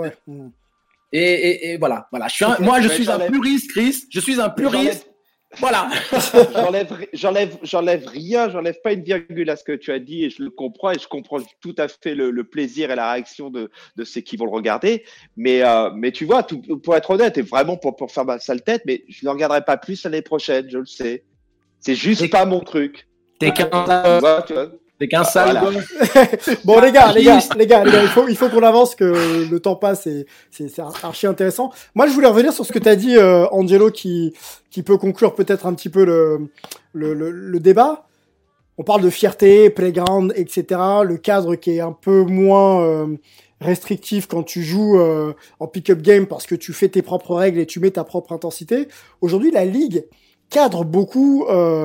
Et voilà. Moi, je suis un puriste, Chris. Je suis un puriste. Voilà. J'enlève rien, j'enlève pas une virgule à ce que tu as dit et je le comprends et je comprends tout à fait le plaisir et la réaction de ceux qui vont le regarder. Mais tu vois, pour être honnête et vraiment pour faire ma sale tête, mais je ne regarderai pas plus l'année prochaine, je le sais. C'est juste pas mon truc. T'es qu'un sale gosse. Bon, les gars, il faut qu'on avance, que le temps passe et c'est archi intéressant. Moi, je voulais revenir sur ce que tu as dit, Angelo, qui peut conclure peut-être un petit peu le débat. On parle de fierté, playground, etc. Le cadre qui est un peu moins restrictif quand tu joues en pick-up game parce que tu fais tes propres règles et tu mets ta propre intensité. Aujourd'hui, la ligue cadre beaucoup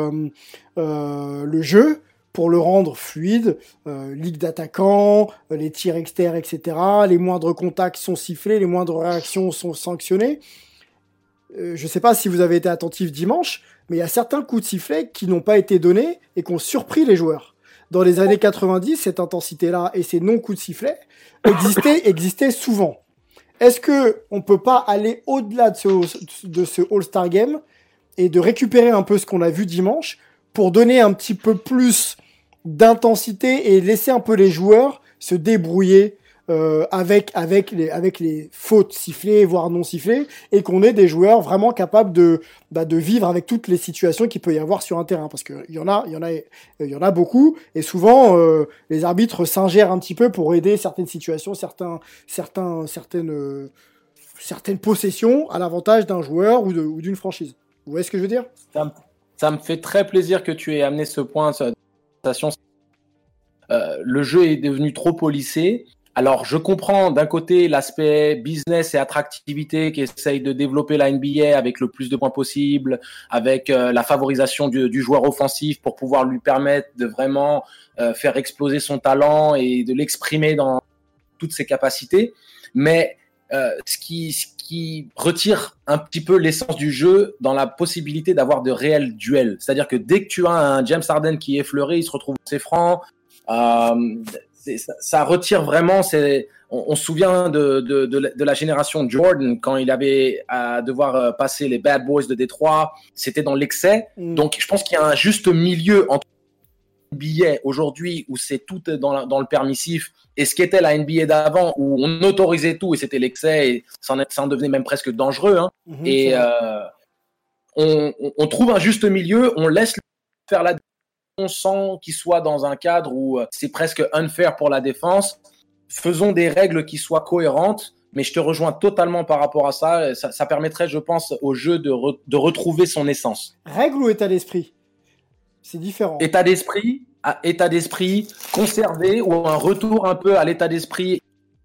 le jeu pour le rendre fluide, ligue d'attaquants, les tirs externes, etc. Les moindres contacts sont sifflés, les moindres réactions sont sanctionnées. je sais pas si vous avez été attentif dimanche, mais il y a certains coups de sifflet qui n'ont pas été donnés et qui ont surpris les joueurs. Dans les années 90, cette intensité-là et ces non-coups de sifflet existaient souvent. Est-ce que on peut pas aller au-delà de ce All-Star Game et de récupérer un peu ce qu'on a vu dimanche pour donner un petit peu plus d'intensité et laisser un peu les joueurs se débrouiller avec les fautes sifflées, voire non sifflées, et qu'on ait des joueurs vraiment capables de vivre avec toutes les situations qu'il peut y avoir sur un terrain, parce que il y en a beaucoup, et souvent les arbitres s'ingèrent un petit peu pour aider certaines situations, certaines possessions à l'avantage d'un joueur ou d'une franchise. Vous voyez ce que je veux dire ? Ça me fait très plaisir que tu aies amené ce point. Le jeu est devenu trop policé. Alors, je comprends d'un côté l'aspect business et attractivité qui essaye de développer la NBA avec le plus de points possible, avec la favorisation du joueur offensif pour pouvoir lui permettre de vraiment faire exploser son talent et de l'exprimer dans toutes ses capacités. Mais ce qui retire un petit peu l'essence du jeu dans la possibilité d'avoir de réels duels. C'est-à-dire que dès que tu as un James Harden qui est effleuré, il se retrouve assez franc. Ça retire vraiment. On se souvient de la génération Jordan quand il avait à devoir passer les Bad Boys de Détroit. C'était dans l'excès. Donc, je pense qu'il y a un juste milieu entre NBA aujourd'hui où c'est tout dans le permissif et ce qu'était la NBA d'avant où on autorisait tout et c'était l'excès et ça en devenait même presque dangereux. Et on trouve un juste milieu. On laisse faire la sans qu'il soit dans un cadre où c'est presque unfair pour la défense. Faisons des règles qui soient cohérentes, mais je te rejoins totalement par rapport à ça. Ça permettrait, je pense, au jeu de retrouver son essence. Règle ou état d'esprit ? C'est différent. État d'esprit conservé ou un retour un peu à l'état d'esprit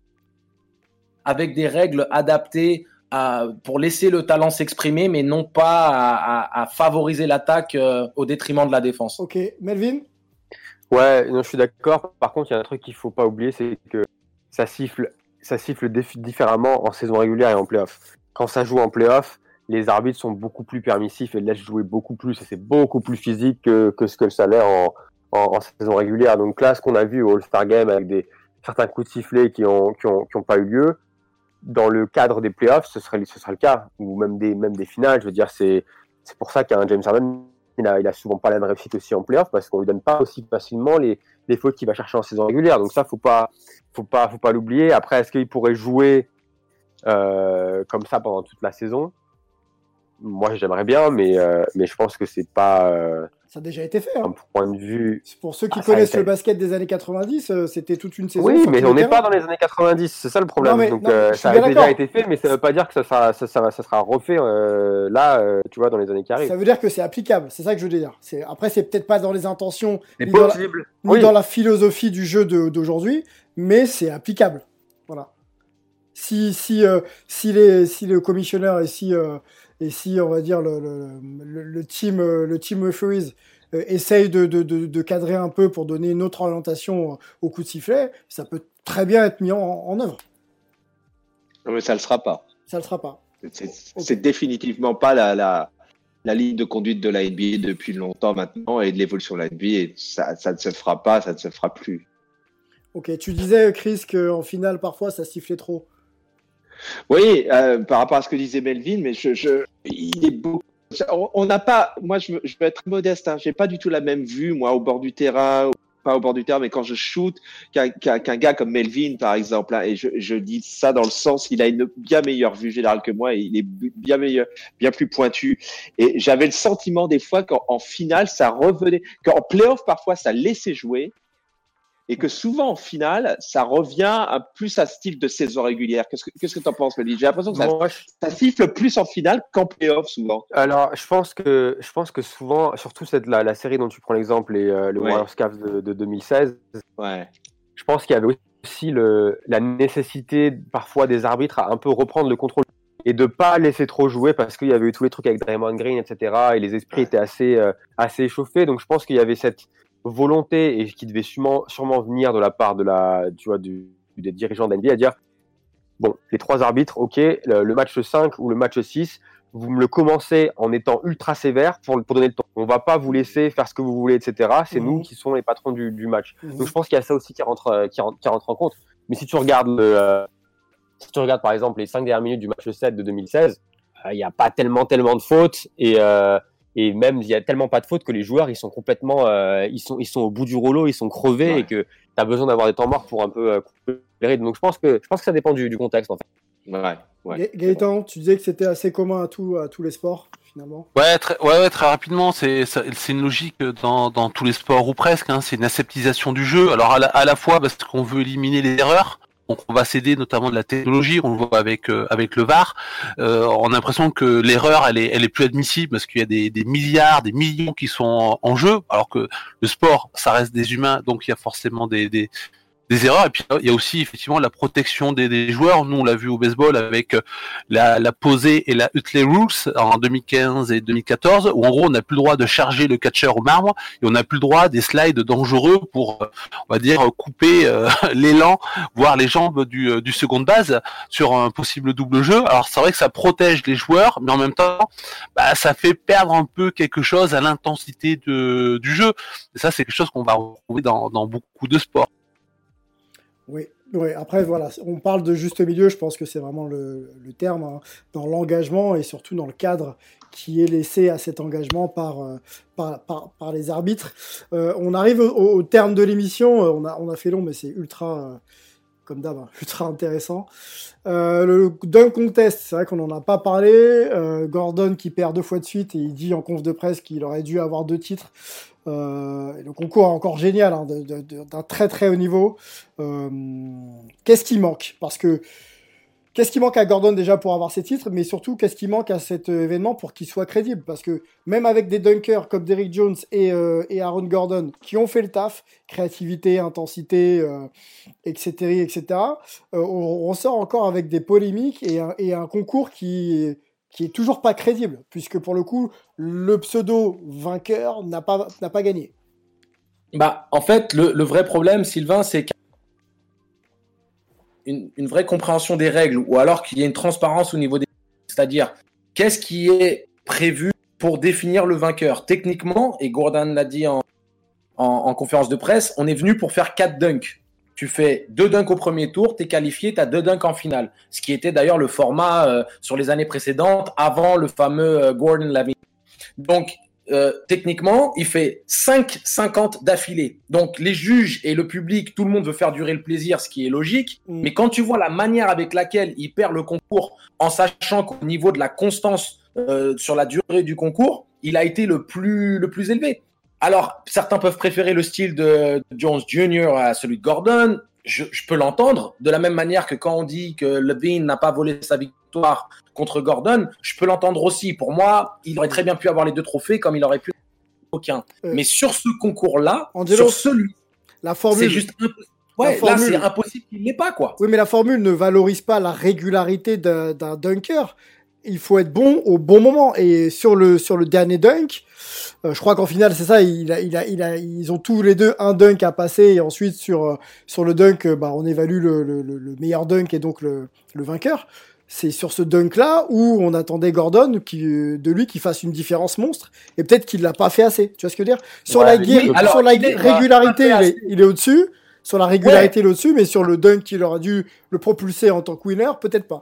avec des règles adaptées pour laisser le talent s'exprimer, mais non pas à favoriser l'attaque au détriment de la défense. Ok, Melvin ? Ouais, non, je suis d'accord. Par contre, il y a un truc qu'il faut pas oublier, c'est que ça siffle différemment en saison régulière et en play-off. Quand ça joue en play-off, les arbitres sont beaucoup plus permissifs et laissent jouer beaucoup plus, et c'est beaucoup plus physique que ce que ça l'est en saison régulière. Donc là, ce qu'on a vu au All-Star Game avec certains coups de sifflet qui ont pas eu lieu, dans le cadre des playoffs, ce sera le cas, ou même des finales. Je veux dire, c'est pour ça qu'un James Harden, il a souvent pas la même réussite aussi en playoffs, parce qu'on lui donne pas aussi facilement les fautes qu'il va chercher en saison régulière. Donc ça, faut pas l'oublier. Après, est-ce qu'il pourrait jouer comme ça pendant toute la saison ? Moi, j'aimerais bien, mais je pense que c'est pas. Ça a déjà été fait. Un point de vue. Pour ceux qui connaissent le basket des années 90, c'était toute une saison. Oui, mais on n'est pas dans les années 90, c'est ça le problème. Ça a déjà été fait, mais ça ne veut pas dire que ça sera refait là, tu vois, dans les années qui arrivent. Ça veut dire que c'est applicable, c'est ça que je veux dire. Après, c'est peut-être pas dans les intentions, ni dans la philosophie du jeu d'aujourd'hui, mais c'est applicable. Voilà. Si le commissionneur et si on va dire le team referees essaye de cadrer un peu pour donner une autre orientation au coup de sifflet, ça peut très bien être mis en œuvre. Non, mais ça le sera pas. Ça le sera pas. C'est définitivement pas la ligne de conduite de la NBA depuis longtemps maintenant et de l'évolution de la NBA. Et ça ne se fera pas, ça ne se fera plus. Ok, tu disais, Chris, qu'en finale, parfois, ça sifflait trop. Oui, par rapport à ce que disait Melvin, mais il est beaucoup. On n'a pas. Moi, je veux être modeste. J'ai pas du tout la même vue, moi, au bord du terrain, pas au bord du terrain, mais quand je shoot, qu'un gars comme Melvin, par exemple. Et je dis ça dans le sens, il a une bien meilleure vue générale que moi. Et il est bien meilleur, bien plus pointu. Et j'avais le sentiment des fois qu'en finale, ça revenait, qu'en playoff parfois, ça laissait jouer. Et que souvent, en finale, ça revient plus à style de saison régulière. Qu'est-ce que tu en penses, Melvin ? J'ai l'impression que ça siffle plus en finale qu'en play-off, souvent. Alors, je pense que souvent, surtout la série dont tu prends l'exemple, le Warriors Cavs de 2016, je pense qu'il y avait aussi la nécessité, parfois, des arbitres à un peu reprendre le contrôle et de pas laisser trop jouer, parce qu'il y avait eu tous les trucs avec Draymond Green, etc. Et les esprits étaient assez échauffés. Donc, je pense qu'il y avait cette volonté, et qui devait sûrement venir de la part des dirigeants de la NBA, à dire bon, les trois arbitres, ok, le match 5 ou le match 6, vous me le commencez en étant ultra sévère pour donner le temps. On va pas vous laisser faire ce que vous voulez, etc. C'est nous qui sommes les patrons du match. Donc je pense qu'il y a ça aussi qui rentre en compte. Mais si tu regardes par exemple les 5 dernières minutes du match 7 de 2016, il y a pas tellement de fautes et même il y a tellement pas de fautes que les joueurs ils sont complètement ils sont au bout du rouleau, ils sont crevés et que tu as besoin d'avoir des temps morts pour un peu couper les rythmes. Donc je pense que ça dépend du contexte en fait. Ouais. Gaëtan, tu disais que c'était assez commun à tous les sports finalement. Ouais, très rapidement, c'est une logique dans tous les sports ou presque. C'est une aseptisation du jeu. Alors à la fois parce qu'on veut éliminer les erreurs. Donc on va s'aider notamment de la technologie, on le voit avec le VAR. On a l'impression que l'erreur elle est plus admissible parce qu'il y a des milliards, des millions qui sont en jeu, alors que le sport ça reste des humains, donc il y a forcément des erreurs. Et puis il y a aussi effectivement la protection des joueurs. Nous on l'a vu au baseball avec la posée et la Utley Rules en 2015 et 2014, où en gros on n'a plus le droit de charger le catcheur au marbre et on n'a plus le droit des slides dangereux pour on va dire couper l'élan, voire les jambes du second base sur un possible double jeu. Alors c'est vrai que ça protège les joueurs, mais en même temps ça fait perdre un peu quelque chose à l'intensité du jeu. Et ça c'est quelque chose qu'on va retrouver dans beaucoup de sports. Oui. Après voilà, on parle de juste milieu, je pense que c'est vraiment le terme dans l'engagement et surtout dans le cadre qui est laissé à cet engagement par les arbitres. On arrive au terme de l'émission, on a fait long mais c'est ultra comme d'hab, ultra intéressant. Le dunk contest, c'est vrai qu'on n'en a pas parlé. Gordon qui perd 2 fois de suite et il dit en conf de presse qu'il aurait dû avoir 2 titres. Le concours est encore génial, d'un très très haut niveau. Qu'est-ce qui manque ? Qu'est-ce qui manque à Gordon déjà pour avoir ses titres, mais surtout qu'est-ce qui manque à cet événement pour qu'il soit crédible ? Parce que même avec des dunkers comme Derrick Jones et Aaron Gordon qui ont fait le taf, créativité, intensité, etc., on ressort encore avec des polémiques et un concours qui est toujours pas crédible, puisque pour le coup, le pseudo vainqueur n'a pas gagné. En fait, le vrai problème, Sylvain, c'est une vraie compréhension des règles, ou alors qu'il y ait une transparence au niveau des... C'est-à-dire, qu'est-ce qui est prévu pour définir le vainqueur ? Techniquement, et Gordon l'a dit en conférence de presse, on est venu pour faire 4 dunks. Tu fais 2 dunks au premier tour, t'es qualifié, t'as 2 dunks en finale. Ce qui était d'ailleurs le format sur les années précédentes, avant le fameux Gordon Lavin. Donc, techniquement, il fait 5-50 d'affilée. Donc, les juges et le public, tout le monde veut faire durer le plaisir, ce qui est logique. Mais quand tu vois la manière avec laquelle il perd le concours, en sachant qu'au niveau de la constance sur la durée du concours, il a été le plus élevé. Alors, certains peuvent préférer le style de Jones Jr. à celui de Gordon. Je peux l'entendre. De la même manière que quand on dit que Levine n'a pas volé sa victoire contre Gordon, je peux l'entendre aussi. Pour moi, il aurait très bien pu avoir les 2 trophées comme il aurait pu aucun. Mais sur ce concours-là, Angelo, sur celui, la formule, c'est juste impossible. Ouais, là, c'est impossible qu'il l'ait pas, quoi. Oui, mais la formule ne valorise pas la régularité d'un dunker. Il faut être bon au bon moment. Et sur le dernier dunk, je crois qu'en finale, c'est ça, ils ont tous les deux un dunk à passer et ensuite sur le dunk, on évalue le meilleur dunk et donc le vainqueur. C'est sur ce dunk-là où on attendait Gordon de lui qu'il fasse une différence monstre et peut-être qu'il l'a pas fait assez. Tu vois ce que je veux dire ? Sur la régularité, il est au-dessus. Sur la régularité, il est au-dessus, mais sur le dunk qu'il aurait dû le propulser en tant que winner, peut-être pas.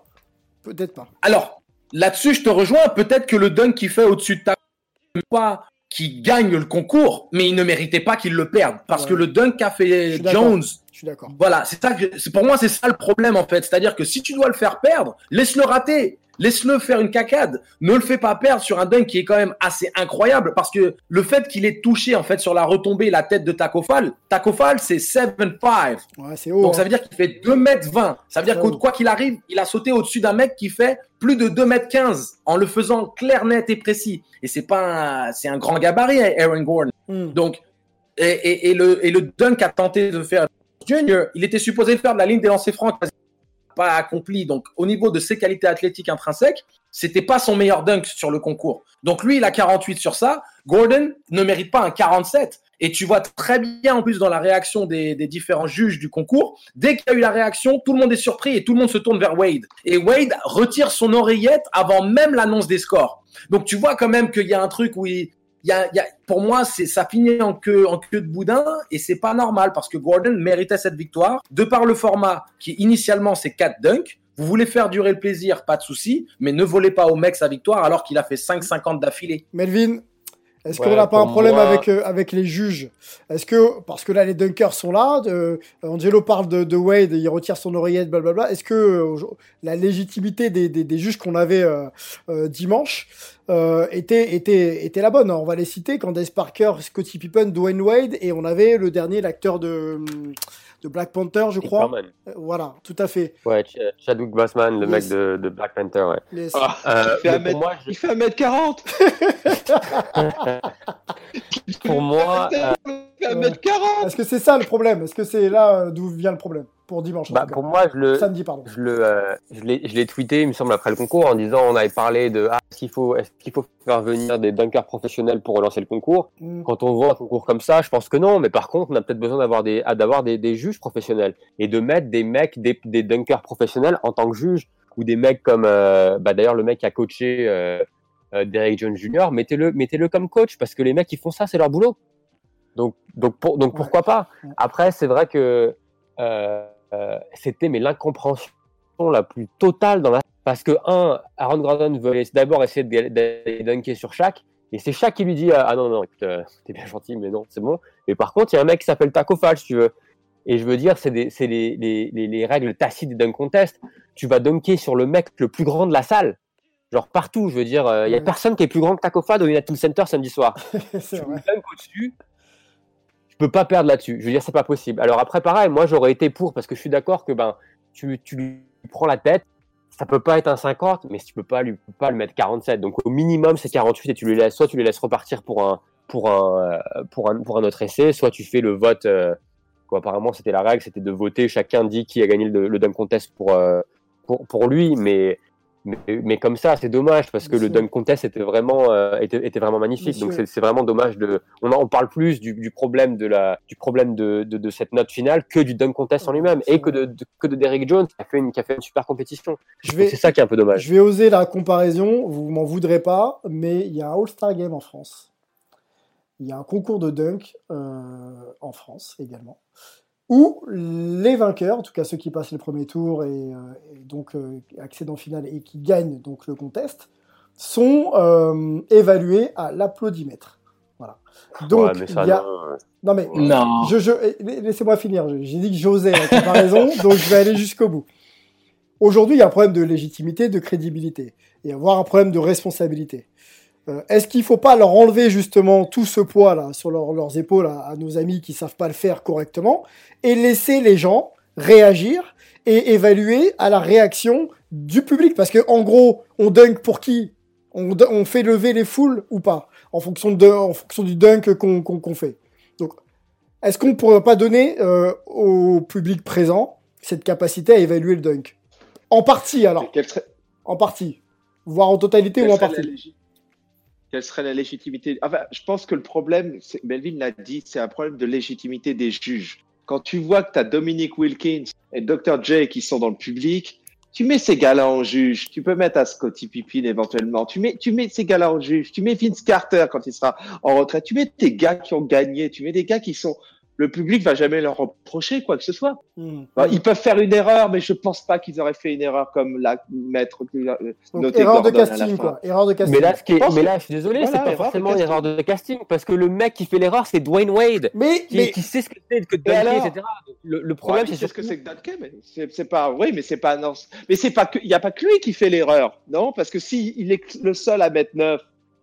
Alors, là-dessus, je te rejoins. Peut-être que le dunk qu'il fait au-dessus de ta pas qui gagne le concours, mais il ne méritait pas qu'il le perde parce que le dunk qu'a fait Jones. Je suis d'accord. Voilà, pour moi, c'est ça le problème en fait. C'est-à-dire que si tu dois le faire perdre, laisse-le rater. Laisse-le faire une cacade. Ne le fais pas perdre sur un dunk qui est quand même assez incroyable parce que le fait qu'il ait touché en fait sur la retombée la tête de Taco Fall, c'est 7'5". Ouais, c'est haut. Donc ça veut dire qu'il fait 2m20. Ça veut dire que quoi qu'il arrive, il a sauté au-dessus d'un mec qui fait plus de 2m15 en le faisant clair, net et précis. Et c'est un grand gabarit, Aaron Gordon. Donc, et le dunk a tenté de faire Junior, il était supposé faire de la ligne des lancers francs pas accompli. Donc, au niveau de ses qualités athlétiques intrinsèques, c'était pas son meilleur dunk sur le concours. Donc lui, il a 48 sur ça. Gordon ne mérite pas un 47. Et tu vois très bien, en plus, dans la réaction des différents juges du concours, dès qu'il y a eu la réaction, tout le monde est surpris et tout le monde se tourne vers Wade. Et Wade retire son oreillette avant même l'annonce des scores. Donc tu vois quand même qu'il y a un truc où pour moi, ça finit en queue de boudin et c'est pas normal parce que Gordon méritait cette victoire. De par le format qui, initialement, c'est 4 dunks. Vous voulez faire durer le plaisir, pas de souci, mais ne volez pas au mec sa victoire alors qu'il a fait 5,50 d'affilée. Melvin, est-ce qu'on n'a pas un problème avec les juges? Est-ce que, parce que là, les dunkers sont là, Angelo parle de Wade, il retire son oreillette, blablabla. Est-ce que la légitimité des juges qu'on avait dimanche était la bonne? On va les citer, Candace Parker, Scottie Pippen, Dwayne Wade, et on avait le dernier, l'acteur de Black Panther, je crois. Voilà, tout à fait. Ouais, Chadwick Boseman, le mec de Black Panther, ouais. Yes. Il fait 1m40. Pour moi, il fait 1m40. Est-ce que c'est ça le problème? Est-ce que c'est là d'où vient le problème pour dimanche? Pour moi, samedi, pardon. Je l'ai tweeté, il me semble, après le concours, en disant, on avait parlé de est-ce qu'il faut faire venir des dunkers professionnels pour relancer le concours. Quand on voit un concours comme ça, je pense que non, mais par contre, on a peut-être besoin d'avoir des juges professionnels et de mettre des dunkers professionnels en tant que juges, ou des mecs comme d'ailleurs le mec qui a coaché Derrick Jones Jr. mettez-le comme coach, parce que les mecs qui font ça, c'est leur boulot. Donc pourquoi pas. Après, c'est vrai que c'était l'incompréhension la plus totale parce que Aaron Gordon veut d'abord essayer d'aller dunker sur Shaq, et c'est Shaq qui lui dit non écoute, t'es bien gentil mais non c'est bon. Et par contre il y a un mec qui s'appelle Taco Fall, si tu veux, et je veux dire c'est les règles tacites des dunk contests. Tu vas dunker sur le mec le plus grand de la salle, genre partout, je veux dire il y a personne qui est plus grand que Taco Fall au United Center samedi soir. Tu dunk au-dessus, je peux pas perdre là-dessus. Je veux dire, c'est pas possible. Alors après, pareil, moi j'aurais été pour, parce que je suis d'accord que tu lui prends la tête. Ça peut pas être un 50, mais tu peux pas le mettre 47. Donc au minimum c'est 48 et tu les laisses repartir pour un autre essai, soit tu fais le vote. Apparemment c'était la règle, c'était de voter. Chacun dit qui a gagné le dunk contest pour lui, mais comme ça, c'est dommage, parce que le dunk contest était vraiment magnifique. Donc c'est vraiment dommage on parle plus du problème de cette note finale que du dunk contest en lui-même, et que de Derrick Jones qui a fait une super compétition. C'est ça qui est un peu dommage. Je vais oser la comparaison, vous m'en voudrez pas, mais il y a un All-Star Game en France. Il y a un concours de dunk en France également, où les vainqueurs, en tout cas ceux qui passent le premier tour et donc accèdent en finale et qui gagnent donc le contest, sont évalués à l'applaudimètre. Voilà. Donc non. Laissez-moi finir. J'ai dit que j'osais la comparaison, donc je vais aller jusqu'au bout. Aujourd'hui, il y a un problème de légitimité, de crédibilité, et avoir un problème de responsabilité. Est-ce qu'il ne faut pas leur enlever justement tout ce poids là sur leurs épaules à nos amis qui ne savent pas le faire correctement, et laisser les gens réagir et évaluer à la réaction du public? Parce que en gros, on dunk pour qui? On fait lever les foules ou pas en fonction du dunk qu'on fait. Donc, est-ce qu'on ne pourrait pas donner au public présent cette capacité à évaluer le dunk? En partie alors. En partie. Voire en totalité ou en partie. Quelle serait la légitimité? Enfin, je pense que le problème, Melvin l'a dit, c'est un problème de légitimité des juges. Quand tu vois que tu as Dominic Wilkins et Dr. J qui sont dans le public, tu mets ces gars-là en juge. Tu peux mettre à Scottie Pippen éventuellement. Tu mets ces gars-là en juge. Tu mets Vince Carter quand il sera en retraite. Tu mets des gars qui ont gagné. Tu mets des gars qui sont... Le public va jamais leur reprocher quoi que ce soit. Ils peuvent faire une erreur, mais je pense pas qu'ils auraient fait une erreur comme la mettre noté erreur Gordon de casting, quoi. Erreur de casting. Mais là, je suis désolé, c'est pas forcément une erreur de casting, parce que le mec qui fait l'erreur, c'est Dwayne Wade, qui sait ce que c'est que dunker, etc. Le problème, c'est ce que c'est que dunker, mais c'est pas, mais c'est pas, non, mais c'est pas que, il y a pas que lui qui fait l'erreur, non, parce que si il est le seul à mettre 9.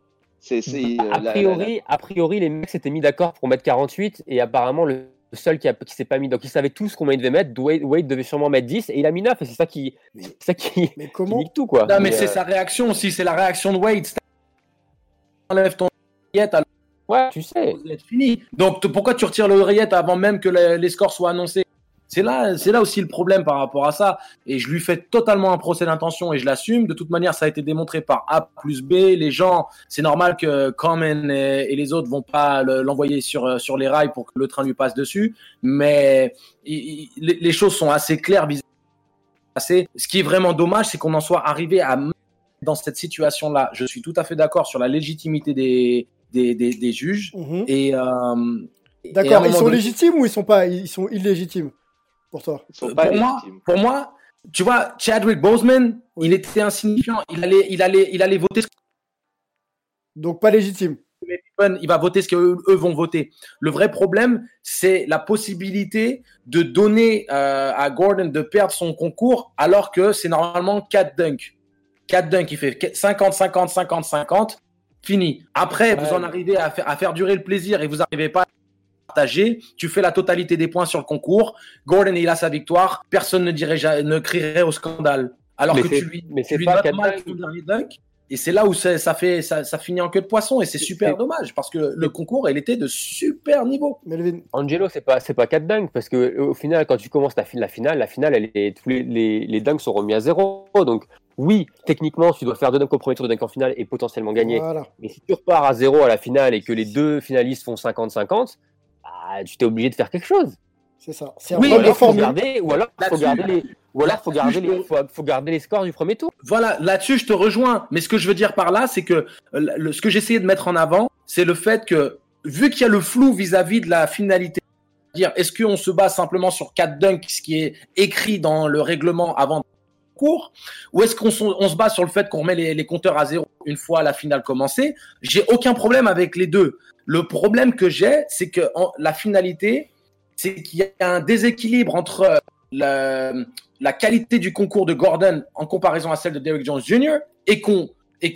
A priori, les mecs s'étaient mis d'accord pour mettre 48, et apparemment le seul qui s'est pas mis, donc ils savaient tous combien ils devaient mettre. Wade devait sûrement mettre 10 et il a mis 9, et c'est ça qui mais comment dit tout, quoi. Non, mais c'est sa réaction aussi, c'est la réaction de Wade. Enlève ton oreillette, alors ouais, tu sais, c'est fini. Donc pourquoi tu retires l'oreillette avant même que les scores soient annoncés? C'est là aussi le problème par rapport à ça. Et je lui fais totalement un procès d'intention et je l'assume. De toute manière, ça a été démontré par A plus B. Les gens, c'est normal que Common et les autres vont pas l'envoyer sur les rails pour que le train lui passe dessus. Mais les choses sont assez claires vis-à-vis. Ce qui est vraiment dommage, c'est qu'on en soit arrivé à dans cette situation-là. Je suis tout à fait d'accord sur la légitimité des juges. Mhm. Et d'accord, ils sont légitimes ou ils sont illégitimes pour toi? Ils sont pas légitimes. Pour moi, tu vois, Chadwick Boseman, il était insignifiant. Il allait voter. Donc pas légitime. Il va voter ce qu'eux vont voter. Le vrai problème, c'est la possibilité de donner à Gordon de perdre son concours alors que c'est normalement 4 dunks. 4 dunks, il fait 50, 50, 50, 50, fini. Après, vous en arrivez à faire durer le plaisir et vous n'arrivez pas à partager. Tu fais la totalité des points sur le concours. Gordon, il a sa victoire. Personne ne crierait au scandale. Alors que tu lui notes mal ton dernier dunk. Et c'est là où ça finit en queue de poisson et c'est super dommage parce que le concours, il était de super niveau. Melvin. Angelo, c'est pas 4 dunks parce que au final, quand tu commences la finale, tous les dunks sont remis à 0. Donc oui, techniquement, tu dois faire 2 dunks au premier tour de dunk en finale et potentiellement gagner. Voilà. Mais si tu repars à 0 à la finale et que les 2 finalistes font 50-50, bah, tu t'es obligé de faire quelque chose. C'est ça. C'est ou alors faut garder les scores du premier tour. Voilà, là-dessus, je te rejoins. Mais ce que je veux dire par là, c'est que ce que j'essayais de mettre en avant, c'est le fait que, vu qu'il y a le flou vis-à-vis de la finalité, dire est-ce qu'on se base simplement sur 4 dunks, ce qui est écrit dans le règlement avant le cours, ou est-ce qu'on se base sur le fait qu'on remet les compteurs à 0 une fois la finale commencée? J'ai aucun problème avec les deux. Le problème que j'ai, c'est que la finalité, c'est qu'il y a un déséquilibre entre la qualité du concours de Gordon en comparaison à celle de Derrick Jones Jr. et qu'on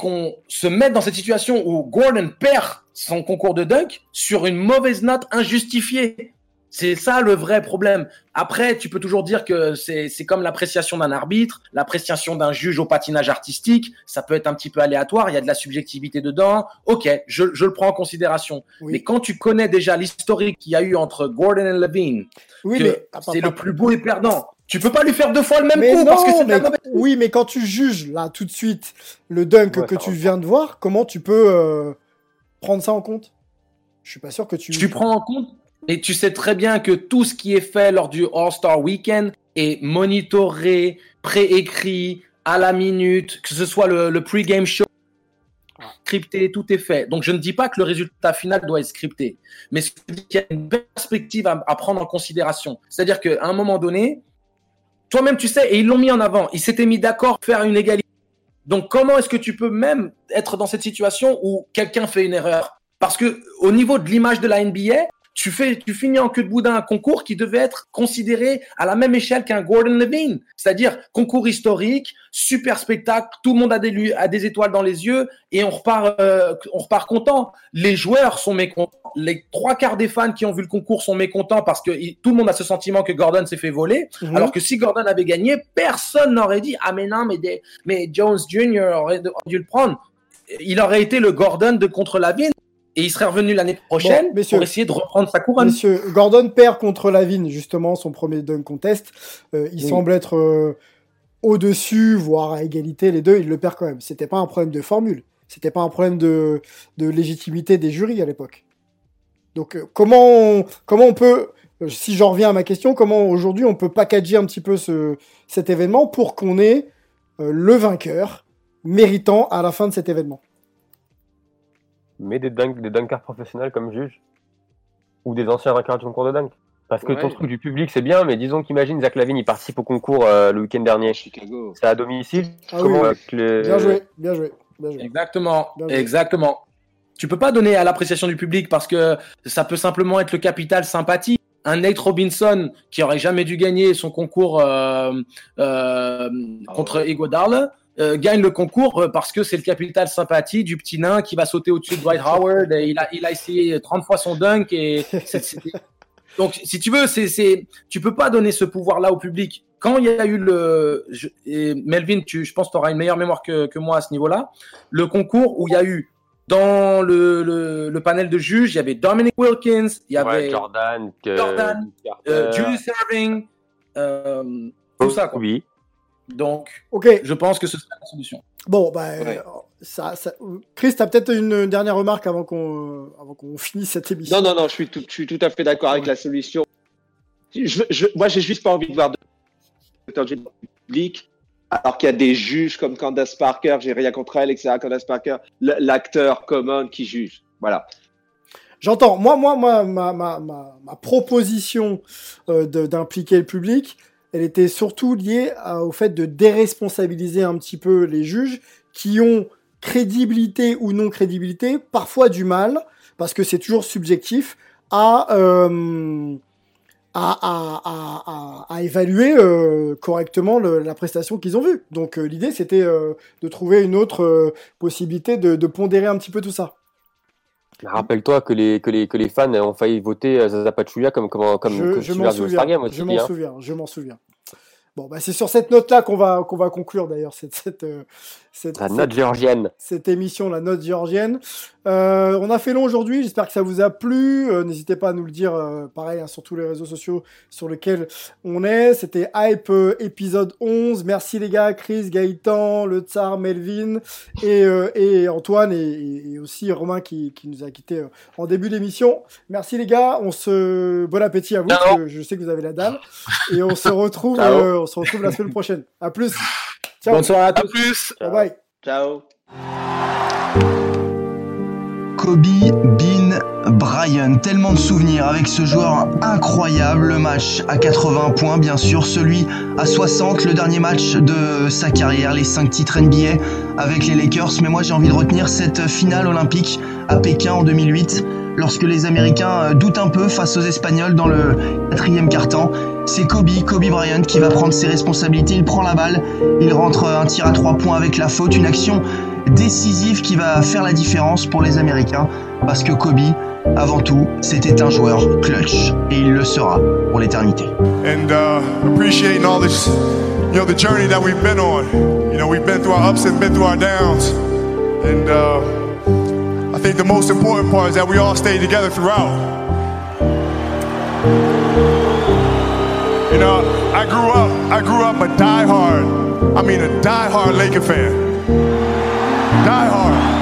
se mette dans cette situation où Gordon perd son concours de dunk sur une mauvaise note injustifiée. C'est ça le vrai problème. Après, tu peux toujours dire que c'est comme l'appréciation d'un arbitre, l'appréciation d'un juge au patinage artistique. Ça peut être un petit peu aléatoire, il y a de la subjectivité dedans. Ok, je le prends en considération. Oui. Mais quand tu connais déjà l'historique qu'il y a eu entre Gordon et Levine, c'est le plus beau et perdant. Tu peux pas lui faire 2 fois le même coup parce que c'est de la mauvaise. Oui, mais quand tu juges là tout de suite le dunk que tu viens de voir, comment tu peux prendre ça en compte? Je suis pas sûr que tu prends en compte. Et tu sais très bien que tout ce qui est fait lors du All-Star Weekend est monitoré, préécrit, à la minute, que ce soit le pre-game show, scripté, tout est fait. Donc, je ne dis pas que le résultat final doit être scripté, mais je dis qu'il y a une perspective à prendre en considération. C'est-à-dire qu'à un moment donné, toi-même, tu sais, et ils l'ont mis en avant, ils s'étaient mis d'accord pour faire une égalité. Donc, comment est-ce que tu peux même être dans cette situation où quelqu'un fait une erreur? Parce que au niveau de l'image de la NBA, tu finis en queue de boudin un concours qui devait être considéré à la même échelle qu'un Gordon Levine. C'est-à-dire concours historique, super spectacle, tout le monde a des étoiles dans les yeux et on repart content. Les joueurs sont mécontents. Les 3/4 des fans qui ont vu le concours sont mécontents parce que tout le monde a ce sentiment que Gordon s'est fait voler. Mm-hmm. Alors que si Gordon avait gagné, personne n'aurait dit « Ah mais non, mais Jones Jr. aurait dû le prendre. » Il aurait été le Gordon contre Levine. Et il serait revenu l'année prochaine pour essayer de reprendre sa couronne. Monsieur, Gordon perd contre Lavine, justement, son premier dunk contest. Il semble être au-dessus, voire à égalité, les deux. Il le perd quand même. C'était pas un problème de formule. C'était pas un problème de légitimité des jurys à l'époque. Donc, comment on peut, si j'en reviens à ma question, comment aujourd'hui on peut packager un petit peu cet événement pour qu'on ait le vainqueur méritant à la fin de cet événement? Mais des dunkers professionnels comme juge ou des anciens vainqueurs du concours de dunk. Parce que ton truc du public, c'est bien, mais disons qu'imagine Zach Lavine, il participe au concours le week-end dernier. Chicago. C'est à domicile. Bien joué. Exactement. Tu peux pas donner à l'appréciation du public parce que ça peut simplement être le capital sympathie. Un Nate Robinson qui aurait jamais dû gagner son concours contre Iguodala. Gagne le concours parce que c'est le capital sympathie du petit nain qui va sauter au-dessus de Dwight Howard. Et il a essayé 30 fois son dunk. Donc, si tu veux, tu peux pas donner ce pouvoir-là au public. Quand il y a eu Melvin, je pense que tu auras une meilleure mémoire que moi à ce niveau-là, le concours où il y a eu dans le panel de juges, il y avait Dominic Wilkins, il y avait Jordan, Julius Erving, tout ça, quoi. Oui. Donc, okay. Je pense que ce serait la solution. Bon, Chris, tu as peut-être une dernière remarque avant qu'on finisse cette émission. Non, je suis tout à fait d'accord avec la solution. Moi, j'ai juste pas envie de voir de public, alors qu'il y a des juges comme Candace Parker, j'ai rien contre elle, etc. Candace Parker, l'acteur Common qui juge. Voilà. J'entends. Moi, ma proposition d'impliquer le public, elle était surtout liée au fait de déresponsabiliser un petit peu les juges qui ont crédibilité ou non crédibilité, parfois du mal, parce que c'est toujours subjectif, à évaluer correctement la prestation qu'ils ont vue. Donc l'idée, c'était de trouver une autre possibilité de pondérer un petit peu tout ça. Rappelle-toi que les fans ont failli voter Zaza Pachulia comme je m'en souviens. Bon, c'est sur cette note-là qu'on va conclure d'ailleurs la note géorgienne. Cette émission, la note géorgienne. On a fait long aujourd'hui, j'espère que ça vous a plu. N'hésitez pas à nous le dire, pareil, sur tous les réseaux sociaux sur lesquels on est. C'était Hype épisode 11. Merci les gars, Chris, Gaëtan, le Tsar, Melvin et Antoine et aussi Romain qui nous a quittés en début d'émission. Merci les gars, bon appétit à vous, parce que je sais que vous avez la dalle. Et on se retrouve la semaine prochaine. À plus. Ciao. Bonne soirée à tous. À plus. Bye bye. Ciao. Kobe Bean Bryant, tellement de souvenirs avec ce joueur incroyable. Le match à 80 points, bien sûr, celui à 60, le dernier match de sa carrière, les 5 titres NBA avec les Lakers. Mais moi j'ai envie de retenir cette finale olympique à Pékin en 2008, lorsque les Américains doutent un peu face aux Espagnols dans le 4e quart-temps. C'est Kobe Bryant qui va prendre ses responsabilités, il prend la balle, il rentre un tir à 3 points avec la faute, une action décisive qui va faire la différence pour les Américains, parce que Kobe, avant tout, c'était un joueur clutch, et il le sera pour l'éternité. And appreciating all this, the journey that we've been on. We've been through our ups and been through our downs. And I think the most important part is that we all stayed together throughout. I grew up a diehard Laker fan. Die hard.